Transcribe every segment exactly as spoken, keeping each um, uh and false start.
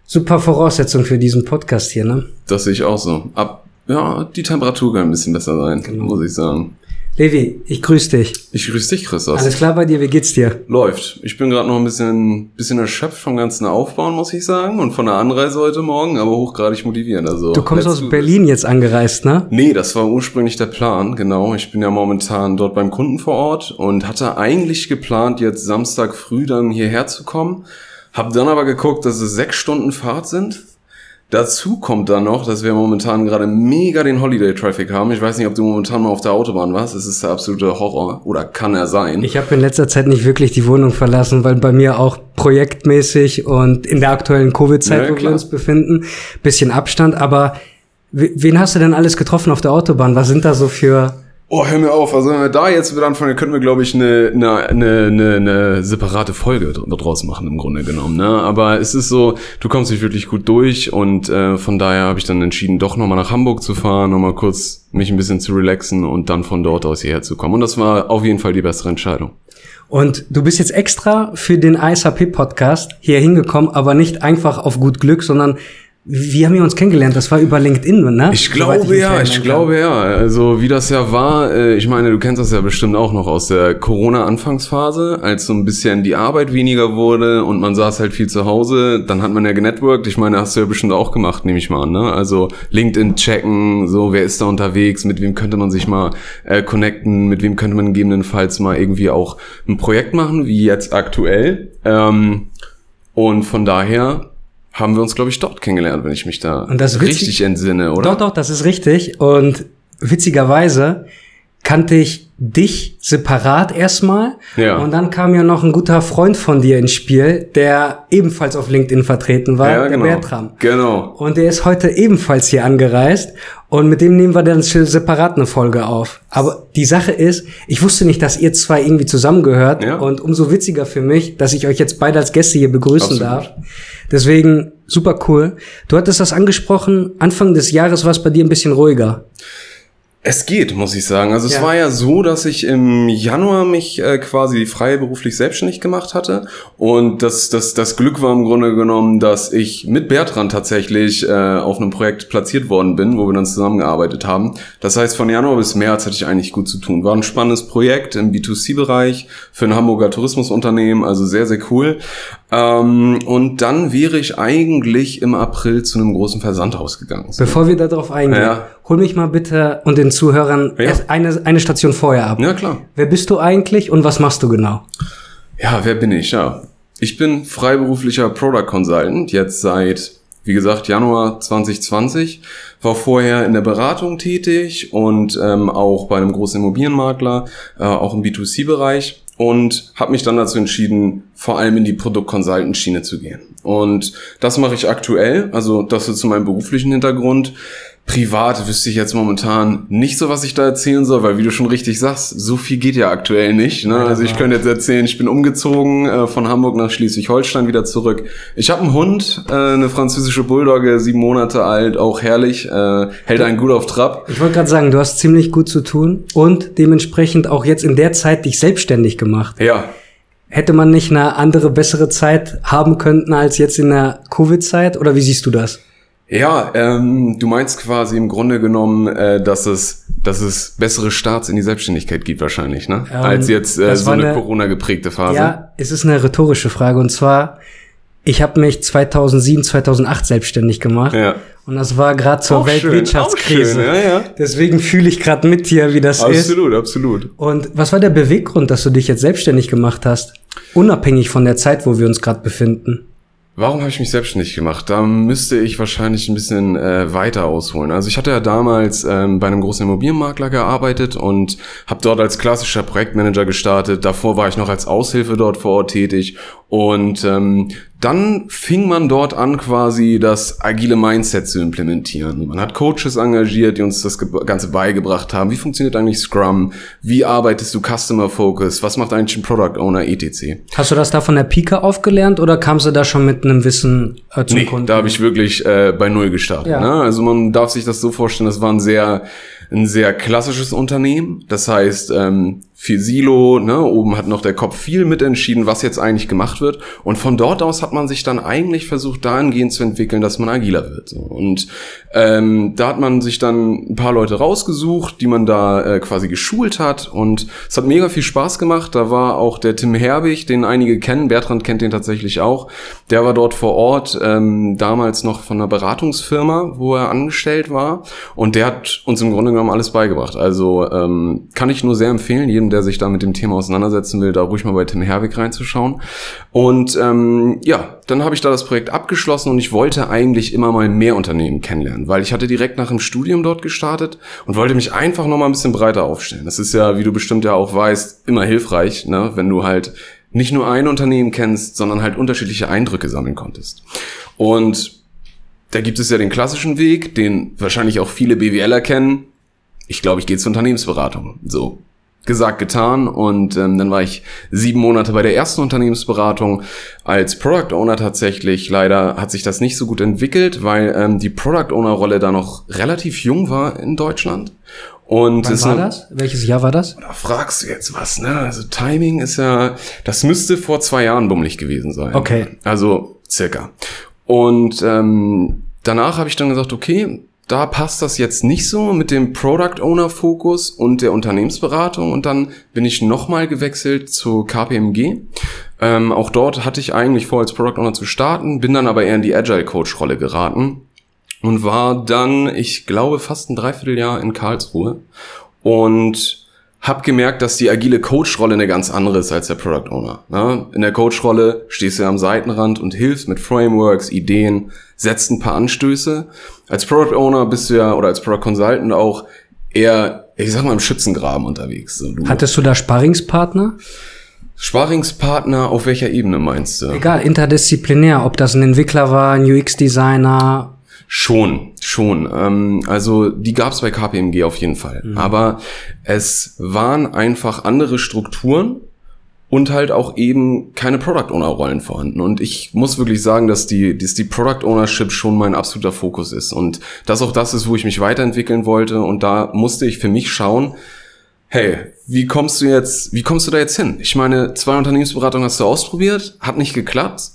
Super Voraussetzung für diesen Podcast hier, ne? Das sehe ich auch so. Ab, ja, die Temperatur kann ein bisschen besser sein, genau. Muss ich sagen. Levi, ich grüße dich. Ich grüße dich, Christoph. Alles klar bei dir, wie geht's dir? Läuft. Ich bin gerade noch ein bisschen bisschen erschöpft vom ganzen Aufbauen, muss ich sagen. Und von der Anreise heute Morgen, aber hochgradig motivierend. Also, du kommst aus Berlin jetzt angereist, ne? Nee, das war ursprünglich der Plan, genau. Ich bin ja momentan dort beim Kunden vor Ort und hatte eigentlich geplant, jetzt Samstag früh dann hierher zu kommen. Hab dann aber geguckt, dass es sechs Stunden Fahrt sind. Dazu kommt dann noch, dass wir momentan gerade mega den Holiday-Traffic haben. Ich weiß nicht, ob du momentan mal auf der Autobahn warst. Es ist der absolute Horror. Oder kann er sein. Ich habe in letzter Zeit nicht wirklich die Wohnung verlassen, weil bei mir auch projektmäßig und in der aktuellen Covid-Zeit, ja, wo wir uns befinden, bisschen Abstand. Aber wen hast du denn alles getroffen auf der Autobahn? Was sind da so für... Oh, hör mir auf. Also wenn wir da jetzt wieder anfangen, könnten wir, glaube ich, eine, eine, eine, eine separate Folge draus machen, im Grunde genommen. Ne? Aber es ist so, du kommst nicht wirklich gut durch und äh, von daher habe ich dann entschieden, doch nochmal nach Hamburg zu fahren, nochmal kurz mich ein bisschen zu relaxen und dann von dort aus hierher zu kommen. Und das war auf jeden Fall die bessere Entscheidung. Und du bist jetzt extra für den A S A P-Podcast hier hingekommen, aber nicht einfach auf gut Glück, sondern... Wie haben wir uns kennengelernt? Das war über LinkedIn, ne? Ich glaube ich ja, ich glaube ja. Also wie das ja war, ich meine, du kennst das ja bestimmt auch noch aus der Corona-Anfangsphase, als so ein bisschen die Arbeit weniger wurde und man saß halt viel zu Hause, dann hat man ja genetworked. Ich meine, hast du ja bestimmt auch gemacht, nehme ich mal an, ne? Also LinkedIn checken, so wer ist da unterwegs, mit wem könnte man sich mal äh, connecten, mit wem könnte man gegebenenfalls mal irgendwie auch ein Projekt machen, wie jetzt aktuell. Ähm, und von daher haben wir uns, glaube ich, dort kennengelernt, wenn ich mich da richtig entsinne, oder? Doch, doch, das ist richtig. Und witzigerweise kannte ich dich separat erstmal. Ja. Und dann kam ja noch ein guter Freund von dir ins Spiel, der ebenfalls auf LinkedIn vertreten war, ja, genau. Der Bertram. Genau. Und der ist heute ebenfalls hier angereist. Und mit dem nehmen wir dann separat eine Folge auf. Aber die Sache ist, ich wusste nicht, dass ihr zwei irgendwie zusammengehört. Ja. Und umso witziger für mich, dass ich euch jetzt beide als Gäste hier begrüßen Absolut. darf. Deswegen super cool. Du hattest das angesprochen, Anfang des Jahres war es bei dir ein bisschen ruhiger. Es geht, muss ich sagen. Also es ja. war ja so, dass ich im Januar mich äh, quasi freiberuflich selbstständig gemacht hatte und das das das Glück war im Grunde genommen, dass ich mit Bertrand tatsächlich äh, auf einem Projekt platziert worden bin, wo wir dann zusammengearbeitet haben. Das heißt, von Januar bis März hatte ich eigentlich gut zu tun. War ein spannendes Projekt im B zwei C-Bereich für ein Hamburger Tourismusunternehmen, also sehr, sehr cool. Ähm, und dann wäre ich eigentlich im April zu einem großen Versandhaus gegangen. Bevor wir darauf eingehen, ja. hol mich mal bitte und den Zuhörern ja. erst eine, eine Station vorher ab. Ja, klar. Wer bist du eigentlich und was machst du genau? Ja, wer bin ich? Ja, ich bin freiberuflicher Product Consultant, jetzt seit, wie gesagt, Januar zwanzig zwanzig. War vorher in der Beratung tätig und ähm, auch bei einem großen Immobilienmakler, äh, auch im B zwei C-Bereich. Und habe mich dann dazu entschieden, vor allem in die Produkt-Consultant-Schiene zu gehen. Und das mache ich aktuell, also das ist zu meinem beruflichen Hintergrund. Privat wüsste ich jetzt momentan nicht so, was ich da erzählen soll, weil wie du schon richtig sagst, so viel geht ja aktuell nicht. Ne? Also ich könnte jetzt erzählen, ich bin umgezogen äh, von Hamburg nach Schleswig-Holstein wieder zurück. Ich habe einen Hund, äh, eine französische Bulldogge, sieben Monate alt, auch herrlich, äh, hält einen gut auf Trab. Ich wollte gerade sagen, du hast ziemlich gut zu tun und dementsprechend auch jetzt in der Zeit dich selbstständig gemacht. Ja. Hätte man nicht eine andere, bessere Zeit haben können als jetzt in der Covid-Zeit oder wie siehst du das? Ja, ähm, du meinst quasi im Grunde genommen, äh, dass es dass es bessere Starts in die Selbstständigkeit gibt wahrscheinlich, ne? Ähm, Als jetzt äh, so eine, eine Corona-geprägte Phase. Ja, es ist eine rhetorische Frage und zwar, ich habe mich zweitausendsieben, zweitausendacht selbstständig gemacht ja. und das war gerade zur auch Weltwirtschaftskrise. Schön, auch schön, ja, ja. Deswegen fühle ich gerade mit dir, wie das absolut, ist. Absolut, absolut. Und was war der Beweggrund, dass du dich jetzt selbstständig gemacht hast? Unabhängig von der Zeit, wo wir uns gerade befinden. Warum habe ich mich selbstständig gemacht? Da müsste ich wahrscheinlich ein bisschen äh, weiter ausholen. Also ich hatte ja damals ähm, bei einem großen Immobilienmakler gearbeitet und habe dort als klassischer Projektmanager gestartet. Davor war ich noch als Aushilfe dort vor Ort tätig und ähm, dann fing man dort an, quasi das agile Mindset zu implementieren. Man hat Coaches engagiert, die uns das Ganze beigebracht haben. Wie funktioniert eigentlich Scrum? Wie arbeitest du Customer Focus? Was macht eigentlich ein Product Owner et cetera? Hast du das da von der Pike aufgelernt oder kamst du da schon mit einem Wissen äh, zum nee, Kunden? Da habe ich wirklich äh, bei Null gestartet. Ja. Ne? Also man darf sich das so vorstellen, das war ein sehr ein sehr klassisches Unternehmen. Das heißt, ähm, viel Silo, ne, oben hat noch der Kopf viel mitentschieden, was jetzt eigentlich gemacht wird. Und von dort aus hat man sich dann eigentlich versucht, dahingehend zu entwickeln, dass man agiler wird. Und ähm, da hat man sich dann ein paar Leute rausgesucht, die man da äh, quasi geschult hat. Und es hat mega viel Spaß gemacht. Da war auch der Tim Herbig, den einige kennen. Bertrand kennt den tatsächlich auch. Der war dort vor Ort, ähm, damals noch von einer Beratungsfirma, wo er angestellt war. Und der hat uns im Grunde genommen alles beigebracht. Also ähm, kann ich nur sehr empfehlen, jedem, der sich da mit dem Thema auseinandersetzen will, da ruhig mal bei Tim Herbig reinzuschauen. Und ähm, ja, dann habe ich da das Projekt abgeschlossen und ich wollte eigentlich immer mal mehr Unternehmen kennenlernen, weil ich hatte direkt nach dem Studium dort gestartet und wollte mich einfach noch mal ein bisschen breiter aufstellen. Das ist ja, wie du bestimmt ja auch weißt, immer hilfreich, ne, wenn du halt nicht nur ein Unternehmen kennst, sondern halt unterschiedliche Eindrücke sammeln konntest. Und da gibt es ja den klassischen Weg, den wahrscheinlich auch viele BWLer kennen. Ich glaube, ich gehe zur Unternehmensberatung. So, gesagt, getan. Und ähm, dann war ich sieben Monate bei der ersten Unternehmensberatung als Product Owner tatsächlich. Leider hat sich das nicht so gut entwickelt, weil ähm, die Product Owner Rolle da noch relativ jung war in Deutschland. Und wann war das? Welches Jahr war das? Da fragst du jetzt was, ne? Also Timing ist ja, das müsste vor zwei Jahren bummelig gewesen sein. Okay. Also circa. Und ähm, danach habe ich dann gesagt, okay, da passt das jetzt nicht so mit dem Product Owner Fokus und der Unternehmensberatung. Und dann bin ich nochmal gewechselt zu K P M G. Ähm, auch dort hatte ich eigentlich vor, als Product Owner zu starten, bin dann aber eher in die Agile Coach Rolle geraten. Und war dann, ich glaube, fast ein Dreivierteljahr in Karlsruhe und habe gemerkt, dass die agile Coach-Rolle eine ganz andere ist als der Product Owner. Ne? In der Coach-Rolle stehst du ja am Seitenrand und hilfst mit Frameworks, Ideen, setzt ein paar Anstöße. Als Product Owner bist du ja, oder als Product Consultant auch eher, ich sag mal, im Schützengraben unterwegs. Du Hattest du da Sparringspartner? Sparringspartner auf welcher Ebene meinst du? Egal, interdisziplinär, ob das ein Entwickler war, ein U X-Designer. Schon, schon. Ähm, also die gab es bei K P M G auf jeden Fall. Mhm. Aber es waren einfach andere Strukturen und halt auch eben keine Product Owner Rollen vorhanden. Und ich muss wirklich sagen, dass die, dass die Product Ownership schon mein absoluter Fokus ist. Und das auch das ist, wo ich mich weiterentwickeln wollte. Und da musste ich für mich schauen, hey, wie kommst du jetzt, wie kommst du da jetzt hin? Ich meine, zwei Unternehmensberatungen hast du ausprobiert, hat nicht geklappt.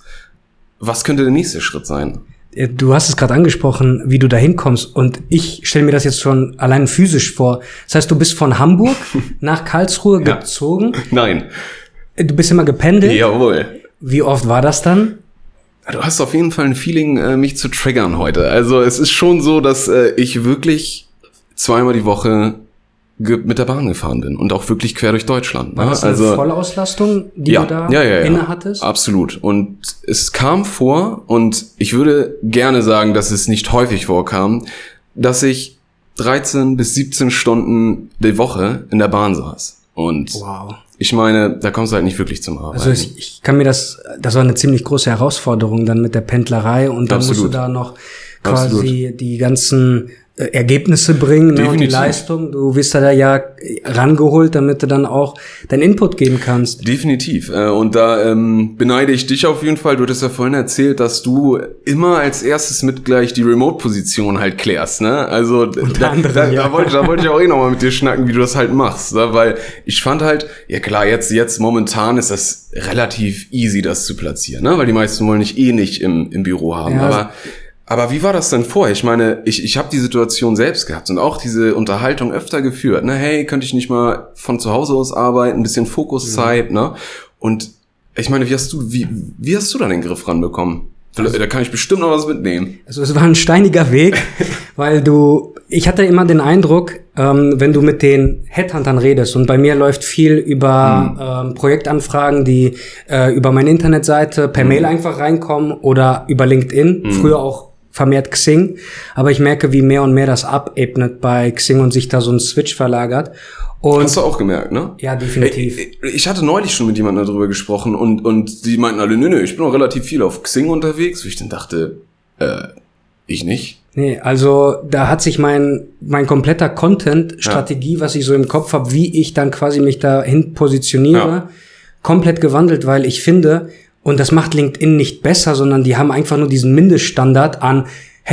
Was könnte der nächste Schritt sein? Du hast es gerade angesprochen, wie du da hinkommst. Und ich stelle mir das jetzt schon allein physisch vor. Das heißt, du bist von Hamburg nach Karlsruhe ja. gezogen? Nein. Du bist immer gependelt? Jawohl. Wie oft war das dann? Du hast auf jeden Fall ein Feeling, äh, mich zu triggern heute. Also es ist schon so, dass äh, ich wirklich zweimal die Woche ge- mit der Bahn gefahren bin und auch wirklich quer durch Deutschland. War ne? das eine also, Vollauslastung, die ja, du da ja, ja, ja. inne hattest? Absolut. Und es kam vor, und ich würde gerne sagen, dass es nicht häufig vorkam, dass ich dreizehn bis siebzehn Stunden die Woche in der Bahn saß. Und wow. Ich meine, da kommst du halt nicht wirklich zum Arbeiten. Also ich, ich kann mir das, das war eine ziemlich große Herausforderung dann mit der Pendlerei und dann Absolut. musst du da noch quasi Absolut. die ganzen äh, Ergebnisse bringen, ne, und die Leistung. Du wirst da ja rangeholt, damit du dann auch deinen Input geben kannst. Definitiv. Äh, und da ähm, beneide ich dich auf jeden Fall. Du hattest ja vorhin erzählt, dass du immer als erstes mit gleich die Remote-Position halt klärst, ne? Also da, anderem, da, ja. da wollte da wollte ich auch eh nochmal mit dir schnacken, wie du das halt machst, ne? Weil ich fand halt, ja klar, jetzt jetzt momentan ist das relativ easy, das zu platzieren, ne? Weil die meisten wollen dich eh nicht im im Büro haben, ja, aber Aber wie war das denn vorher? Ich meine, ich ich habe die Situation selbst gehabt und auch diese Unterhaltung öfter geführt. Ne, hey, könnte ich nicht mal von zu Hause aus arbeiten, ein bisschen Fokuszeit, mhm. ne? Und ich meine, wie hast du wie wie hast du da den Griff ranbekommen? Also, da kann ich bestimmt noch was mitnehmen. Also es war ein steiniger Weg, weil du, ich hatte immer den Eindruck, ähm, wenn du mit den Headhuntern redest, und bei mir läuft viel über mhm. ähm, Projektanfragen, die äh, über meine Internetseite per mhm. Mail einfach reinkommen oder über LinkedIn, mhm. früher auch vermehrt Xing, aber ich merke, wie mehr und mehr das abebnet bei Xing und sich da so ein Switch verlagert. Und hast du auch gemerkt, ne? Ja, definitiv. Ich, ich hatte neulich schon mit jemandem darüber gesprochen und und die meinten alle, nö, nö, ich bin auch relativ viel auf Xing unterwegs, wo ich dann dachte, äh, ich nicht. Nee, also da hat sich mein mein kompletter Content-Strategie, ja. was ich so im Kopf habe, wie ich dann quasi mich dahin positioniere, ja. komplett gewandelt, weil ich finde, und das macht LinkedIn nicht besser, sondern die haben einfach nur diesen Mindeststandard an, hey,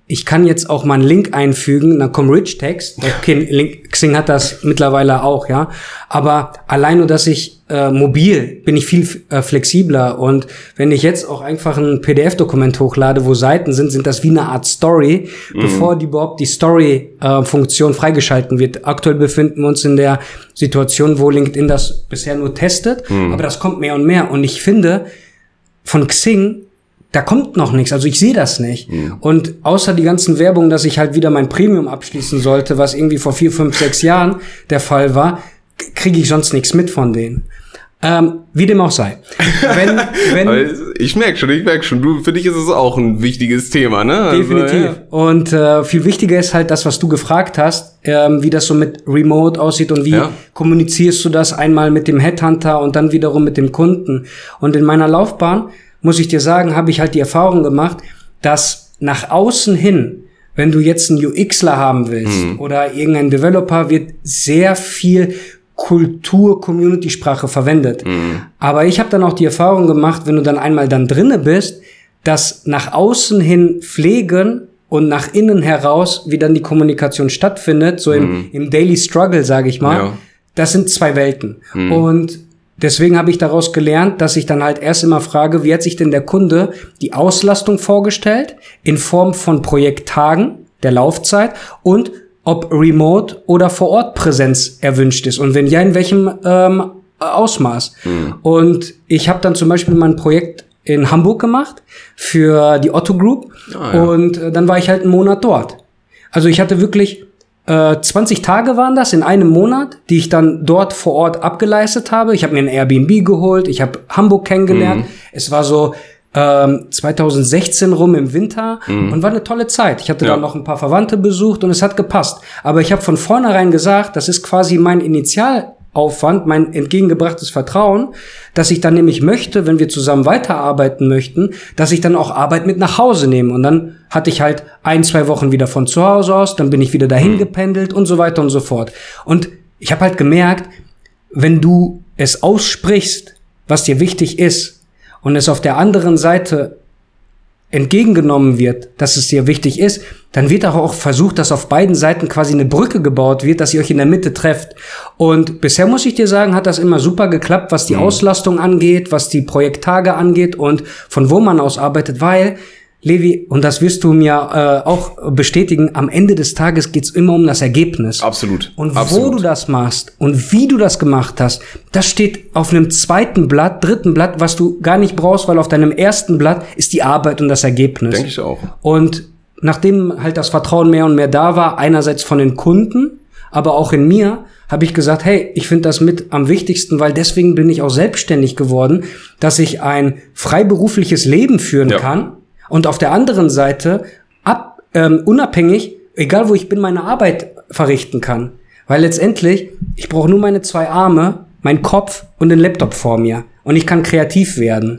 ich kann jetzt auch mal einen Link einfügen, dann kommt Rich Text. Okay, Link, Xing hat das mittlerweile auch, ja. Aber allein nur, dass ich äh, mobil bin ich viel äh, flexibler. Und wenn ich jetzt auch einfach ein P D F-Dokument hochlade, wo Seiten sind, sind das wie eine Art Story, mhm. bevor die überhaupt die Story-Funktion äh, freigeschalten wird. Aktuell befinden wir uns in der Situation, wo LinkedIn das bisher nur testet, mhm. aber das kommt mehr und mehr. Und ich finde, von Xing da kommt noch nichts, also ich sehe das nicht. Mhm. Und außer die ganzen Werbungen, dass ich halt wieder mein Premium abschließen sollte, was irgendwie vor vier, fünf, sechs Jahren der Fall war, kriege ich sonst nichts mit von denen. Ähm, wie dem auch sei. Wenn, wenn ich merke schon, ich merke schon, du, für dich ist es auch ein wichtiges Thema, ne? Definitiv. Also, ja. Und äh, viel wichtiger ist halt das, was du gefragt hast, ähm, wie das so mit Remote aussieht und wie ja. kommunizierst du das einmal mit dem Headhunter und dann wiederum mit dem Kunden. Und in meiner Laufbahn muss ich dir sagen, habe ich halt die Erfahrung gemacht, dass nach außen hin, wenn du jetzt einen UXler haben willst mhm. oder irgendein Developer, wird sehr viel Kultur, Community-Sprache verwendet. Mhm. Aber ich habe dann auch die Erfahrung gemacht, wenn du dann einmal dann drinne bist, dass nach außen hin pflegen und nach innen heraus, wie dann die Kommunikation stattfindet, so mhm. im, im Daily Struggle, sage ich mal, ja. das sind zwei Welten. Mhm. Und deswegen habe ich daraus gelernt, dass ich dann halt erst immer frage, wie hat sich denn der Kunde die Auslastung vorgestellt in Form von Projekttagen, der Laufzeit und ob Remote oder Vor-Ort-Präsenz erwünscht ist und wenn ja, in welchem ähm, Ausmaß. Mhm. Und ich habe dann zum Beispiel mein Projekt in Hamburg gemacht für die Otto Group ah, ja. und äh, dann war ich halt einen Monat dort. Also ich hatte wirklich Äh, zwanzig Tage waren das in einem Monat, die ich dann dort vor Ort abgeleistet habe. Ich habe mir ein Airbnb geholt, ich habe Hamburg kennengelernt. Mhm. Es war so ähm, zwanzig sechzehn rum im Winter mhm. und war eine tolle Zeit. Ich hatte ja. dann noch ein paar Verwandte besucht und es hat gepasst. Aber ich habe von vornherein gesagt, das ist quasi mein Initialaufwand, mein entgegengebrachtes Vertrauen, dass ich dann nämlich möchte, wenn wir zusammen weiterarbeiten möchten, dass ich dann auch Arbeit mit nach Hause nehme. Und dann hatte ich halt ein, zwei Wochen wieder von zu Hause aus, dann bin ich wieder dahin mhm. gependelt und so weiter und so fort. Und ich habe halt gemerkt, wenn du es aussprichst, was dir wichtig ist, und es auf der anderen Seite entgegengenommen wird, dass es dir wichtig ist, dann wird auch versucht, dass auf beiden Seiten quasi eine Brücke gebaut wird, dass ihr euch in der Mitte trefft. Und bisher muss ich dir sagen, hat das immer super geklappt, was die mhm. Auslastung angeht, was die Projekttage angeht und von wo man aus arbeitet, weil, Levi, und das wirst du mir äh, auch bestätigen, am Ende des Tages geht's immer um das Ergebnis. Absolut. Und Absolut. wo du das machst und wie du das gemacht hast, das steht auf einem zweiten Blatt, dritten Blatt, was du gar nicht brauchst, weil auf deinem ersten Blatt ist die Arbeit und das Ergebnis. Denke ich auch. Und nachdem halt das Vertrauen mehr und mehr da war, einerseits von den Kunden, aber auch in mir, habe ich gesagt, hey, ich finde das mit am wichtigsten, weil deswegen bin ich auch selbstständig geworden, dass ich ein freiberufliches Leben führen ja. kann. Und auf der anderen Seite ab, ähm, unabhängig, egal wo ich bin, meine Arbeit verrichten kann. Weil letztendlich, ich brauche nur meine zwei Arme, meinen Kopf und den Laptop vor mir. Und ich kann kreativ werden.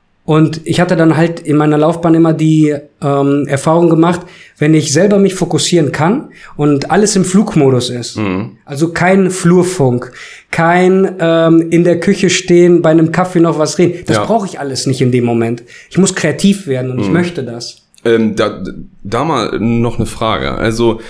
Und ich hatte dann halt in meiner Laufbahn immer die ähm, Erfahrung gemacht, wenn ich selber mich fokussieren kann und alles im Flugmodus ist. Mhm. Also kein Flurfunk, kein ähm, in der Küche stehen, bei einem Kaffee noch was reden. Das ja. brauche ich alles nicht in dem Moment. Ich muss kreativ werden und mhm. ich möchte das. Ähm, da, da mal noch eine Frage. Also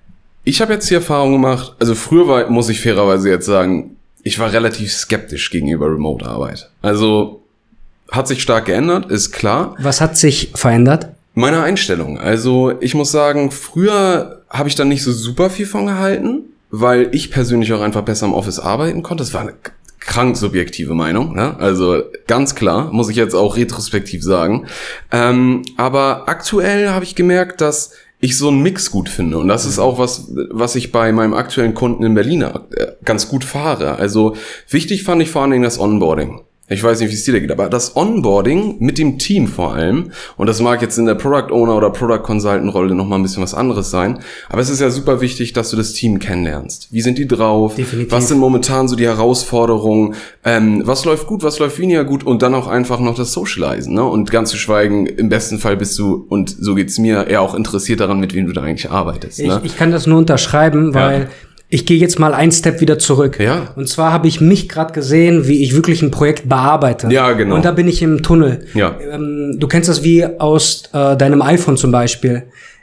ich habe jetzt die Erfahrung gemacht, also früher war, muss ich fairerweise jetzt sagen, ich war relativ skeptisch gegenüber Remote-Arbeit. Also hat sich stark geändert, ist klar. Was hat sich verändert? Meine Einstellung. Also ich muss sagen, früher habe ich da nicht so super viel von gehalten, weil ich persönlich auch einfach besser im Office arbeiten konnte. Das war eine krank subjektive Meinung, ne? Also ganz klar, muss ich jetzt auch retrospektiv sagen. Ähm, aber aktuell habe ich gemerkt, dass ich so einen Mix gut finde. Und das ist auch was, was ich bei meinem aktuellen Kunden in Berlin ganz gut fahre. Also wichtig fand ich vor allen Dingen das Onboarding. Ich weiß nicht, wie es dir da geht, aber das Onboarding mit dem Team vor allem, und das mag jetzt in der Product Owner oder Product Consultant Rolle nochmal ein bisschen was anderes sein, aber es ist ja super wichtig, dass du das Team kennenlernst. Wie sind die drauf? Definitiv. Was sind momentan so die Herausforderungen? Ähm, was läuft gut, was läuft weniger gut? Und dann auch einfach noch das Socializen, ne? Und ganz zu schweigen, im besten Fall bist du, und so geht's mir, eher auch interessiert daran, mit wem du da eigentlich arbeitest. Ne? Ich, ich kann das nur unterschreiben, weil... Ja. Ich gehe jetzt mal einen Step wieder zurück. Ja. Und zwar habe ich mich gerade gesehen, wie ich wirklich ein Projekt bearbeite. Ja, genau. Und da bin ich im Tunnel. Ja. Ähm, du kennst das wie aus äh, deinem iPhone zum Beispiel.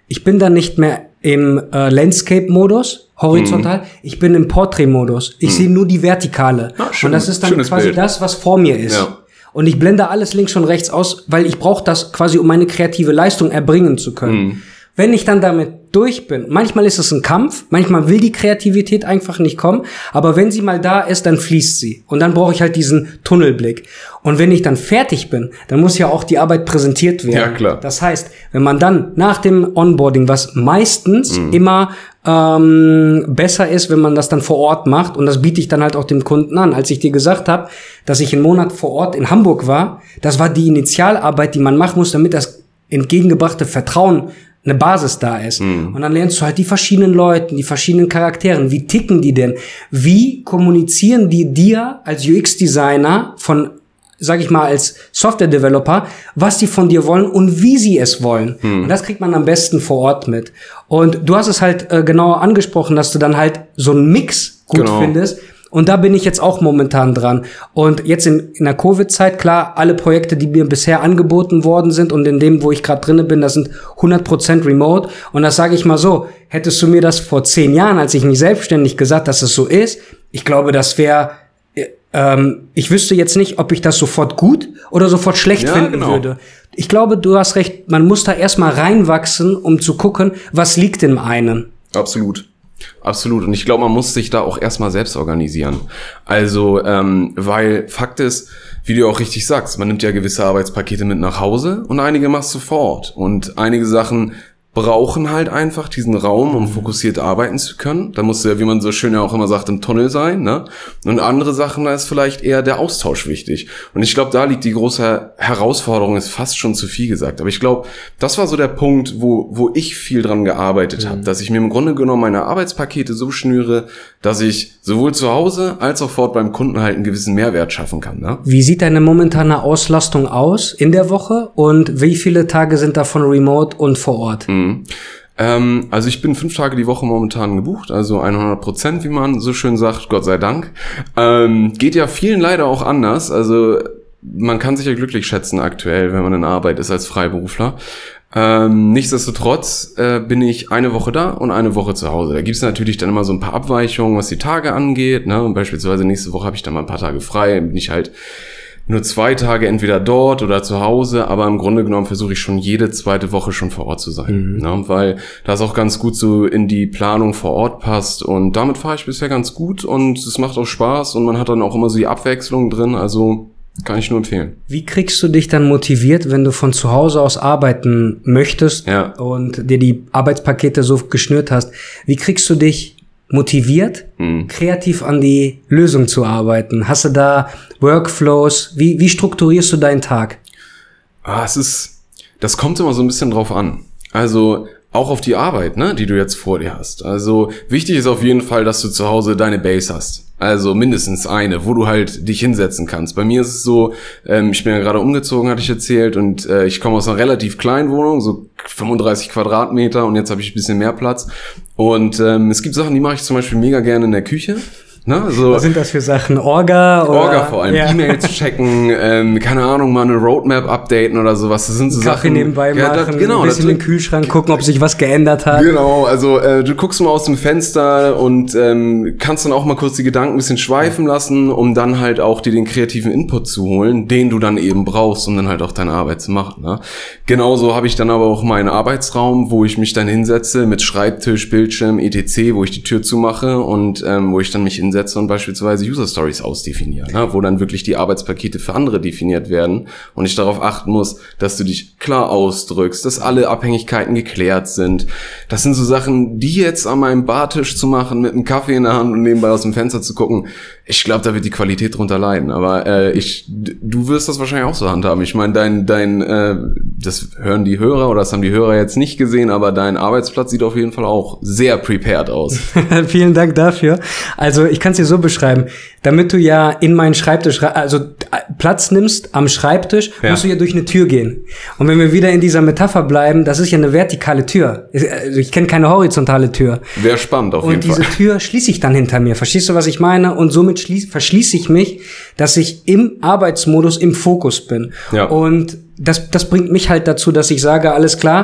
ich bin dann nicht mehr im äh, Landscape-Modus, horizontal, mhm. ich bin im Portrait-Modus. Ich mhm. sehe nur die Vertikale. Ah, schön, und das ist dann quasi Bild. Das, was vor mir ist. Ja. Und ich blende alles links und rechts aus, weil ich brauche das quasi, um meine kreative Leistung erbringen zu können. Mhm. Wenn ich dann damit durch bin, manchmal ist es ein Kampf, manchmal will die Kreativität einfach nicht kommen, aber wenn sie mal da ist, dann fließt sie. Und dann brauche ich halt diesen Tunnelblick. Und wenn ich dann fertig bin, dann muss ja auch die Arbeit präsentiert werden. Ja, klar. Das heißt, wenn man dann nach dem Onboarding, was meistens mhm. immer ähm, besser ist, wenn man das dann vor Ort macht, und das biete ich dann halt auch dem Kunden an. Als ich dir gesagt habe, dass ich einen Monat vor Ort in Hamburg war, das war die Initialarbeit, die man machen muss, damit das entgegengebrachte Vertrauen eine Basis da ist. Mhm. Und dann lernst du halt die verschiedenen Leute, die verschiedenen Charakteren. Wie ticken die denn? Wie kommunizieren die dir als U X-Designer von, sag ich mal, als Software-Developer, was die von dir wollen und wie sie es wollen? Mhm. Und das kriegt man am besten vor Ort mit. Und du hast es halt äh, genauer angesprochen, dass du dann halt so einen Mix gut genau. findest. Und da bin ich jetzt auch momentan dran. Und jetzt in, in der Covid-Zeit, klar, alle Projekte, die mir bisher angeboten worden sind und in dem, wo ich gerade drinne bin, das sind hundert Prozent remote. Und das sage ich mal so, hättest du mir das vor zehn Jahren, als ich mich selbstständig gesagt, dass es so ist, ich glaube, das wäre, ähm, ich wüsste jetzt nicht, ob ich das sofort gut oder sofort schlecht ja, finden genau. würde. Ich glaube, du hast recht, man muss da erstmal reinwachsen, um zu gucken, was liegt im einen. Absolut. Absolut. Und ich glaube, man muss sich da auch erstmal selbst organisieren. Also, ähm, weil Fakt ist, wie du auch richtig sagst, man nimmt ja gewisse Arbeitspakete mit nach Hause und einige machst du vor Ort. Und einige Sachen brauchen halt einfach diesen Raum, um fokussiert arbeiten zu können. Da musst du ja, wie man so schön ja auch immer sagt, im Tunnel sein, ne? Und andere Sachen, da ist vielleicht eher der Austausch wichtig. Und ich glaube, da liegt die große Herausforderung, ist fast schon zu viel gesagt. Aber ich glaube, das war so der Punkt, wo wo ich viel dran gearbeitet mhm. habe, dass ich mir im Grunde genommen meine Arbeitspakete so schnüre, dass ich sowohl zu Hause als auch fort beim Kunden halt einen gewissen Mehrwert schaffen kann, ne? Wie sieht deine momentane Auslastung aus in der Woche und wie viele Tage sind davon remote und vor Ort? Mhm. Ähm, also ich bin fünf Tage die Woche momentan gebucht, also hundert Prozent, wie man so schön sagt, Gott sei Dank. Ähm, geht ja vielen leider auch anders, also man kann sich ja glücklich schätzen aktuell, wenn man in Arbeit ist als Freiberufler. Ähm, nichtsdestotrotz äh, bin ich eine Woche da und eine Woche zu Hause. Da gibt es natürlich dann immer so ein paar Abweichungen, was die Tage angeht, ne? Und beispielsweise nächste Woche habe ich dann mal ein paar Tage frei, bin ich halt nur zwei Tage entweder dort oder zu Hause, aber im Grunde genommen versuche ich schon jede zweite Woche schon vor Ort zu sein, mhm. ne? Weil das auch ganz gut so in die Planung vor Ort passt und damit fahre ich bisher ganz gut und es macht auch Spaß und man hat dann auch immer so die Abwechslung drin, also kann ich nur empfehlen. Wie kriegst du dich dann motiviert, wenn du von zu Hause aus arbeiten möchtest ja. und dir die Arbeitspakete so geschnürt hast? Wie kriegst du dich motiviert, hm. kreativ an die Lösung zu arbeiten? Hast du da Workflows? Wie, wie strukturierst du deinen Tag? Ah, es ist, das kommt immer so ein bisschen drauf an. Also auch auf die Arbeit, ne, die du jetzt vor dir hast. Also wichtig ist auf jeden Fall, dass du zu Hause deine Base hast. Also mindestens eine, wo du halt dich hinsetzen kannst. Bei mir ist es so, ähm, ich bin ja gerade umgezogen, hatte ich erzählt, und äh, ich komme aus einer relativ kleinen Wohnung, so fünfunddreißig Quadratmeter, und jetzt habe ich ein bisschen mehr Platz. Und ähm, es gibt Sachen, die mache ich zum Beispiel mega gerne in der Küche. Ne, so was sind das für Sachen? Orga? Oder? Orga vor allem. Ja. E-Mails checken, ähm, keine Ahnung, mal eine Roadmap updaten oder sowas. Das sind so Kaffee Sachen. nebenbei ja, machen, das, genau, ein bisschen in den Kühlschrank gucken, ob sich was geändert hat. Genau, also äh, du guckst mal aus dem Fenster und ähm, kannst dann auch mal kurz die Gedanken ein bisschen schweifen lassen, um dann halt auch dir den kreativen Input zu holen, den du dann eben brauchst, um dann halt auch deine Arbeit zu machen. Ne? Genauso habe ich dann aber auch meinen Arbeitsraum, wo ich mich dann hinsetze mit Schreibtisch, Bildschirm, et cetera, wo ich die Tür zumache und ähm, wo ich dann mich hinsetze und beispielsweise User Stories ausdefinieren, ne, wo dann wirklich die Arbeitspakete für andere definiert werden und ich darauf achten muss, dass du dich klar ausdrückst, dass alle Abhängigkeiten geklärt sind. Das sind so Sachen, die jetzt an meinem Bartisch zu machen, mit einem Kaffee in der Hand und nebenbei aus dem Fenster zu gucken. Ich glaube, da wird die Qualität drunter leiden, aber äh, ich, du wirst das wahrscheinlich auch so handhaben. Ich meine, dein, dein, äh, das hören die Hörer oder das haben die Hörer jetzt nicht gesehen, aber dein Arbeitsplatz sieht auf jeden Fall auch sehr prepared aus. Vielen Dank dafür. Also ich kann es dir so beschreiben, damit du ja in meinen Schreibtisch, also Platz nimmst am Schreibtisch, ja. musst du ja durch eine Tür gehen. Und wenn wir wieder in dieser Metapher bleiben, das ist ja eine vertikale Tür. Also ich kenne keine horizontale Tür. Wäre spannend auf jeden Fall. Und diese Tür schließe ich dann hinter mir. Verstehst du, was ich meine? Und somit schließ, verschließe ich mich, dass ich im Arbeitsmodus im Fokus bin. Ja. Und das, das bringt mich halt dazu, dass ich sage, alles klar,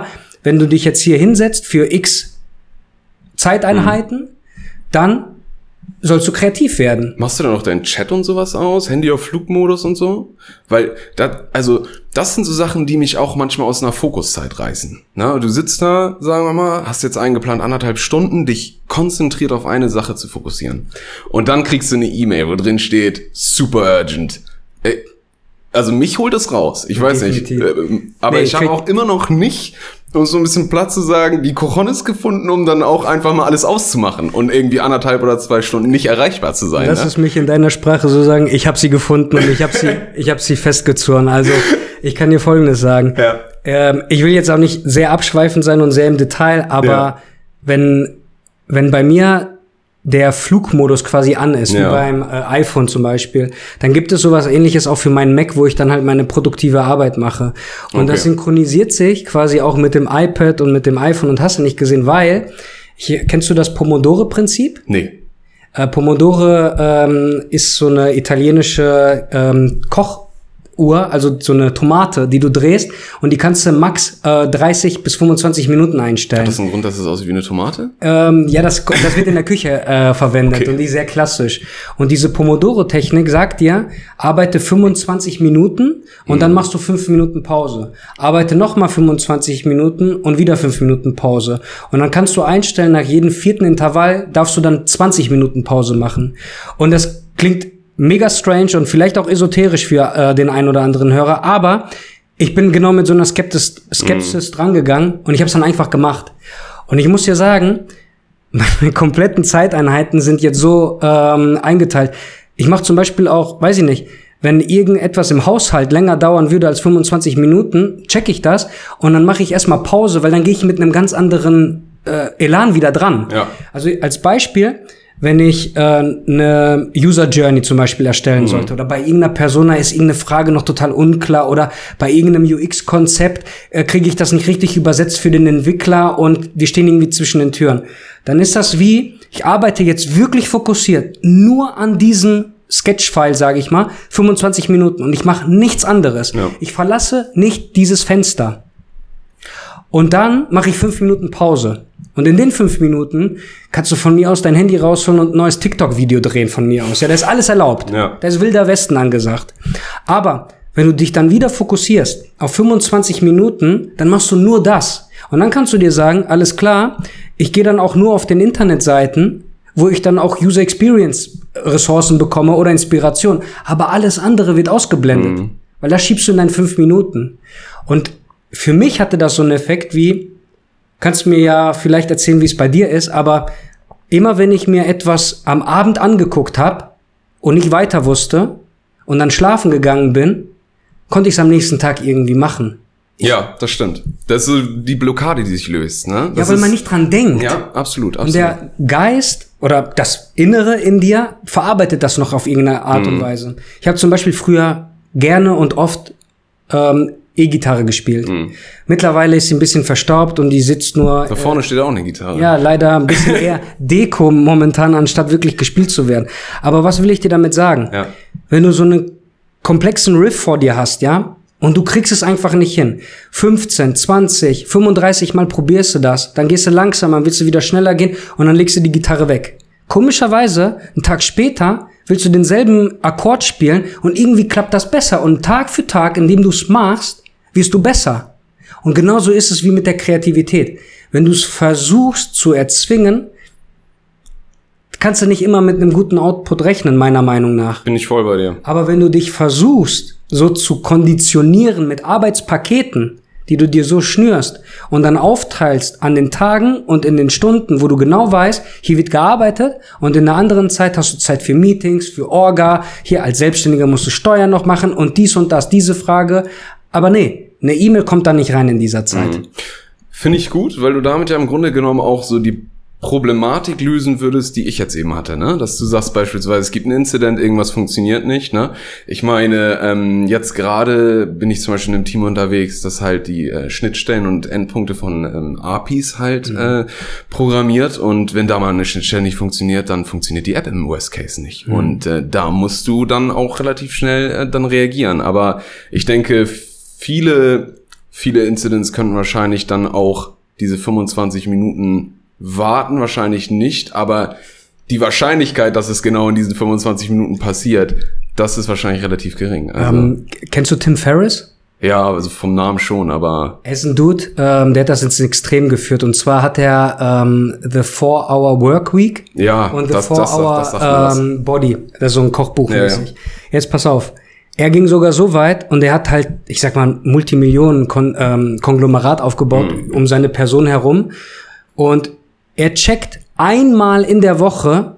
wenn du dich jetzt hier hinsetzt für x Zeiteinheiten, mhm. dann sollst du kreativ werden. Machst du dann auch deinen Chat und sowas aus? Handy auf Flugmodus und so? Weil, das, also, das sind so Sachen, die mich auch manchmal aus einer Fokuszeit reißen. Na, du sitzt da, sagen wir mal, hast jetzt eingeplant, anderthalb Stunden, dich konzentriert auf eine Sache zu fokussieren. Und dann kriegst du eine E-Mail, wo drin steht, super urgent. Ey, also mich holt es raus. Ich weiß Definitiv. nicht. Aber nee, ich habe auch immer noch nicht, um so ein bisschen Platz zu sagen, die Cojones gefunden, um dann auch einfach mal alles auszumachen und irgendwie anderthalb oder zwei Stunden nicht erreichbar zu sein. Lass ne? es mich in deiner Sprache so sagen, ich habe sie gefunden und ich habe sie, ich habe sie festgezurrt. Also ich kann dir Folgendes sagen. Ja. Ähm, ich will jetzt auch nicht sehr abschweifend sein und sehr im Detail, aber ja. wenn wenn bei mir der Flugmodus quasi an ist, ja. wie beim äh, iPhone zum Beispiel, dann gibt es sowas Ähnliches auch für meinen Mac, wo ich dann halt meine produktive Arbeit mache. Und okay. das synchronisiert sich quasi auch mit dem iPad und mit dem iPhone und hast du nicht gesehen, weil, hier, kennst du das Pomodoro-Prinzip? Nee. Äh, Pomodoro ähm, ist so eine italienische ähm, Koch Uhr, also so eine Tomate, die du drehst und die kannst du max äh, dreißig bis fünfundzwanzig Minuten einstellen. Hat das einen Grund, dass es aussieht wie eine Tomate? Ähm, ja, das, das wird in der Küche äh, verwendet okay. und die ist sehr klassisch. Und diese Pomodoro-Technik sagt dir, arbeite fünfundzwanzig Minuten und mhm. dann machst du fünf Minuten Pause. Arbeite nochmal fünfundzwanzig Minuten und wieder fünf Minuten Pause. Und dann kannst du einstellen, nach jedem vierten Intervall darfst du dann zwanzig Minuten Pause machen. Und das klingt mega strange und vielleicht auch esoterisch für äh, den einen oder anderen Hörer, aber ich bin genau mit so einer Skeptis, Skepsis mm. drangegangen und ich habe es dann einfach gemacht. Und ich muss dir sagen, meine kompletten Zeiteinheiten sind jetzt so ähm, eingeteilt. Ich mache zum Beispiel auch, weiß ich nicht, wenn irgendetwas im Haushalt länger dauern würde als fünfundzwanzig Minuten, check ich das und dann mache ich erstmal Pause, weil dann gehe ich mit einem ganz anderen äh, Elan wieder dran. Ja. Also als Beispiel, wenn ich äh, eine User Journey zum Beispiel erstellen mhm. sollte oder bei irgendeiner Persona ist irgendeine Frage noch total unklar oder bei irgendeinem U X-Konzept äh, kriege ich das nicht richtig übersetzt für den Entwickler und wir stehen irgendwie zwischen den Türen. Dann ist das wie, ich arbeite jetzt wirklich fokussiert nur an diesem Sketch-File, sage ich mal, fünfundzwanzig Minuten und ich mache nichts anderes. Ja. Ich verlasse nicht dieses Fenster. Und dann mache ich fünf Minuten Pause. Und in den fünf Minuten kannst du von mir aus dein Handy rausholen und ein neues TikTok-Video drehen von mir aus. Ja, da ist alles erlaubt. Ja. Da ist wilder Westen angesagt. Aber wenn du dich dann wieder fokussierst auf fünfundzwanzig Minuten, dann machst du nur das. Und dann kannst du dir sagen, alles klar, ich gehe dann auch nur auf den Internetseiten, wo ich dann auch User Experience Ressourcen bekomme oder Inspiration. Aber alles andere wird ausgeblendet. Mhm. Weil das schiebst du in deinen fünf Minuten. Und für mich hatte das so einen Effekt wie, kannst mir ja vielleicht erzählen, wie es bei dir ist, aber immer wenn ich mir etwas am Abend angeguckt habe und nicht weiter wusste und dann schlafen gegangen bin, konnte ich es am nächsten Tag irgendwie machen. Ja, das stimmt. Das ist so die Blockade, die sich löst, ne? Das ja, weil ist, man nicht dran denkt. Ja, absolut, absolut. Und der Geist oder das Innere in dir verarbeitet das noch auf irgendeine Art mhm. und Weise. Ich habe zum Beispiel früher gerne und oft ähm, E-Gitarre gespielt. Mhm. Mittlerweile ist sie ein bisschen verstaubt und die sitzt nur... Da vorne äh, steht auch eine Gitarre. Ja, leider ein bisschen eher Deko momentan, anstatt wirklich gespielt zu werden. Aber was will ich dir damit sagen? Ja. Wenn du so einen komplexen Riff vor dir hast, ja, und du kriegst es einfach nicht hin, fünfzehn, zwanzig, fünfunddreißig Mal probierst du das, dann gehst du langsamer, willst du wieder schneller gehen und dann legst du die Gitarre weg. Komischerweise, einen Tag später willst du denselben Akkord spielen und irgendwie klappt das besser. Und Tag für Tag, indem du es machst, wirst du besser. Und genauso ist es wie mit der Kreativität. Wenn du es versuchst zu erzwingen, kannst du nicht immer mit einem guten Output rechnen, meiner Meinung nach. Bin ich voll bei dir. Aber wenn du dich versuchst, so zu konditionieren mit Arbeitspaketen, die du dir so schnürst und dann aufteilst an den Tagen und in den Stunden, wo du genau weißt, hier wird gearbeitet und in der anderen Zeit hast du Zeit für Meetings, für Orga, hier als Selbstständiger musst du Steuern noch machen und dies und das, diese Frage. Aber nee, eine E-Mail kommt da nicht rein in dieser Zeit. Mhm. Finde ich gut, weil du damit ja im Grunde genommen auch so die Problematik lösen würdest, die ich jetzt eben hatte, ne? Dass du sagst beispielsweise, es gibt einen Incident, irgendwas funktioniert nicht, ne? Ich meine, ähm, jetzt gerade bin ich zum Beispiel in einem Team unterwegs, das halt die äh, Schnittstellen und Endpunkte von ähm, A P Is halt mhm. äh, programmiert und wenn da mal eine Schnittstelle nicht funktioniert, dann funktioniert die App im Worst Case nicht. Mhm. Und äh, da musst du dann auch relativ schnell äh, dann reagieren. Aber ich denke, viele viele Incidents könnten wahrscheinlich dann auch diese fünfundzwanzig Minuten warten, wahrscheinlich nicht, aber die Wahrscheinlichkeit, dass es genau in diesen fünfundzwanzig Minuten passiert, das ist wahrscheinlich relativ gering. Also, ähm, kennst du Tim Ferriss? Ja, also vom Namen schon, aber... Er ist ein Dude, ähm, der hat das ins Extrem geführt. Und zwar hat er ähm, The four hour Work Week ja, und The das, four hour das, das, das ähm, Body. Das ist so ein Kochbuch ja, mäßig. Ja. Jetzt pass auf. Er ging sogar so weit und er hat halt, ich sag mal, Multimillionen-Konglomerat ähm, aufgebaut mhm. um seine Person herum. Und er checkt einmal in der Woche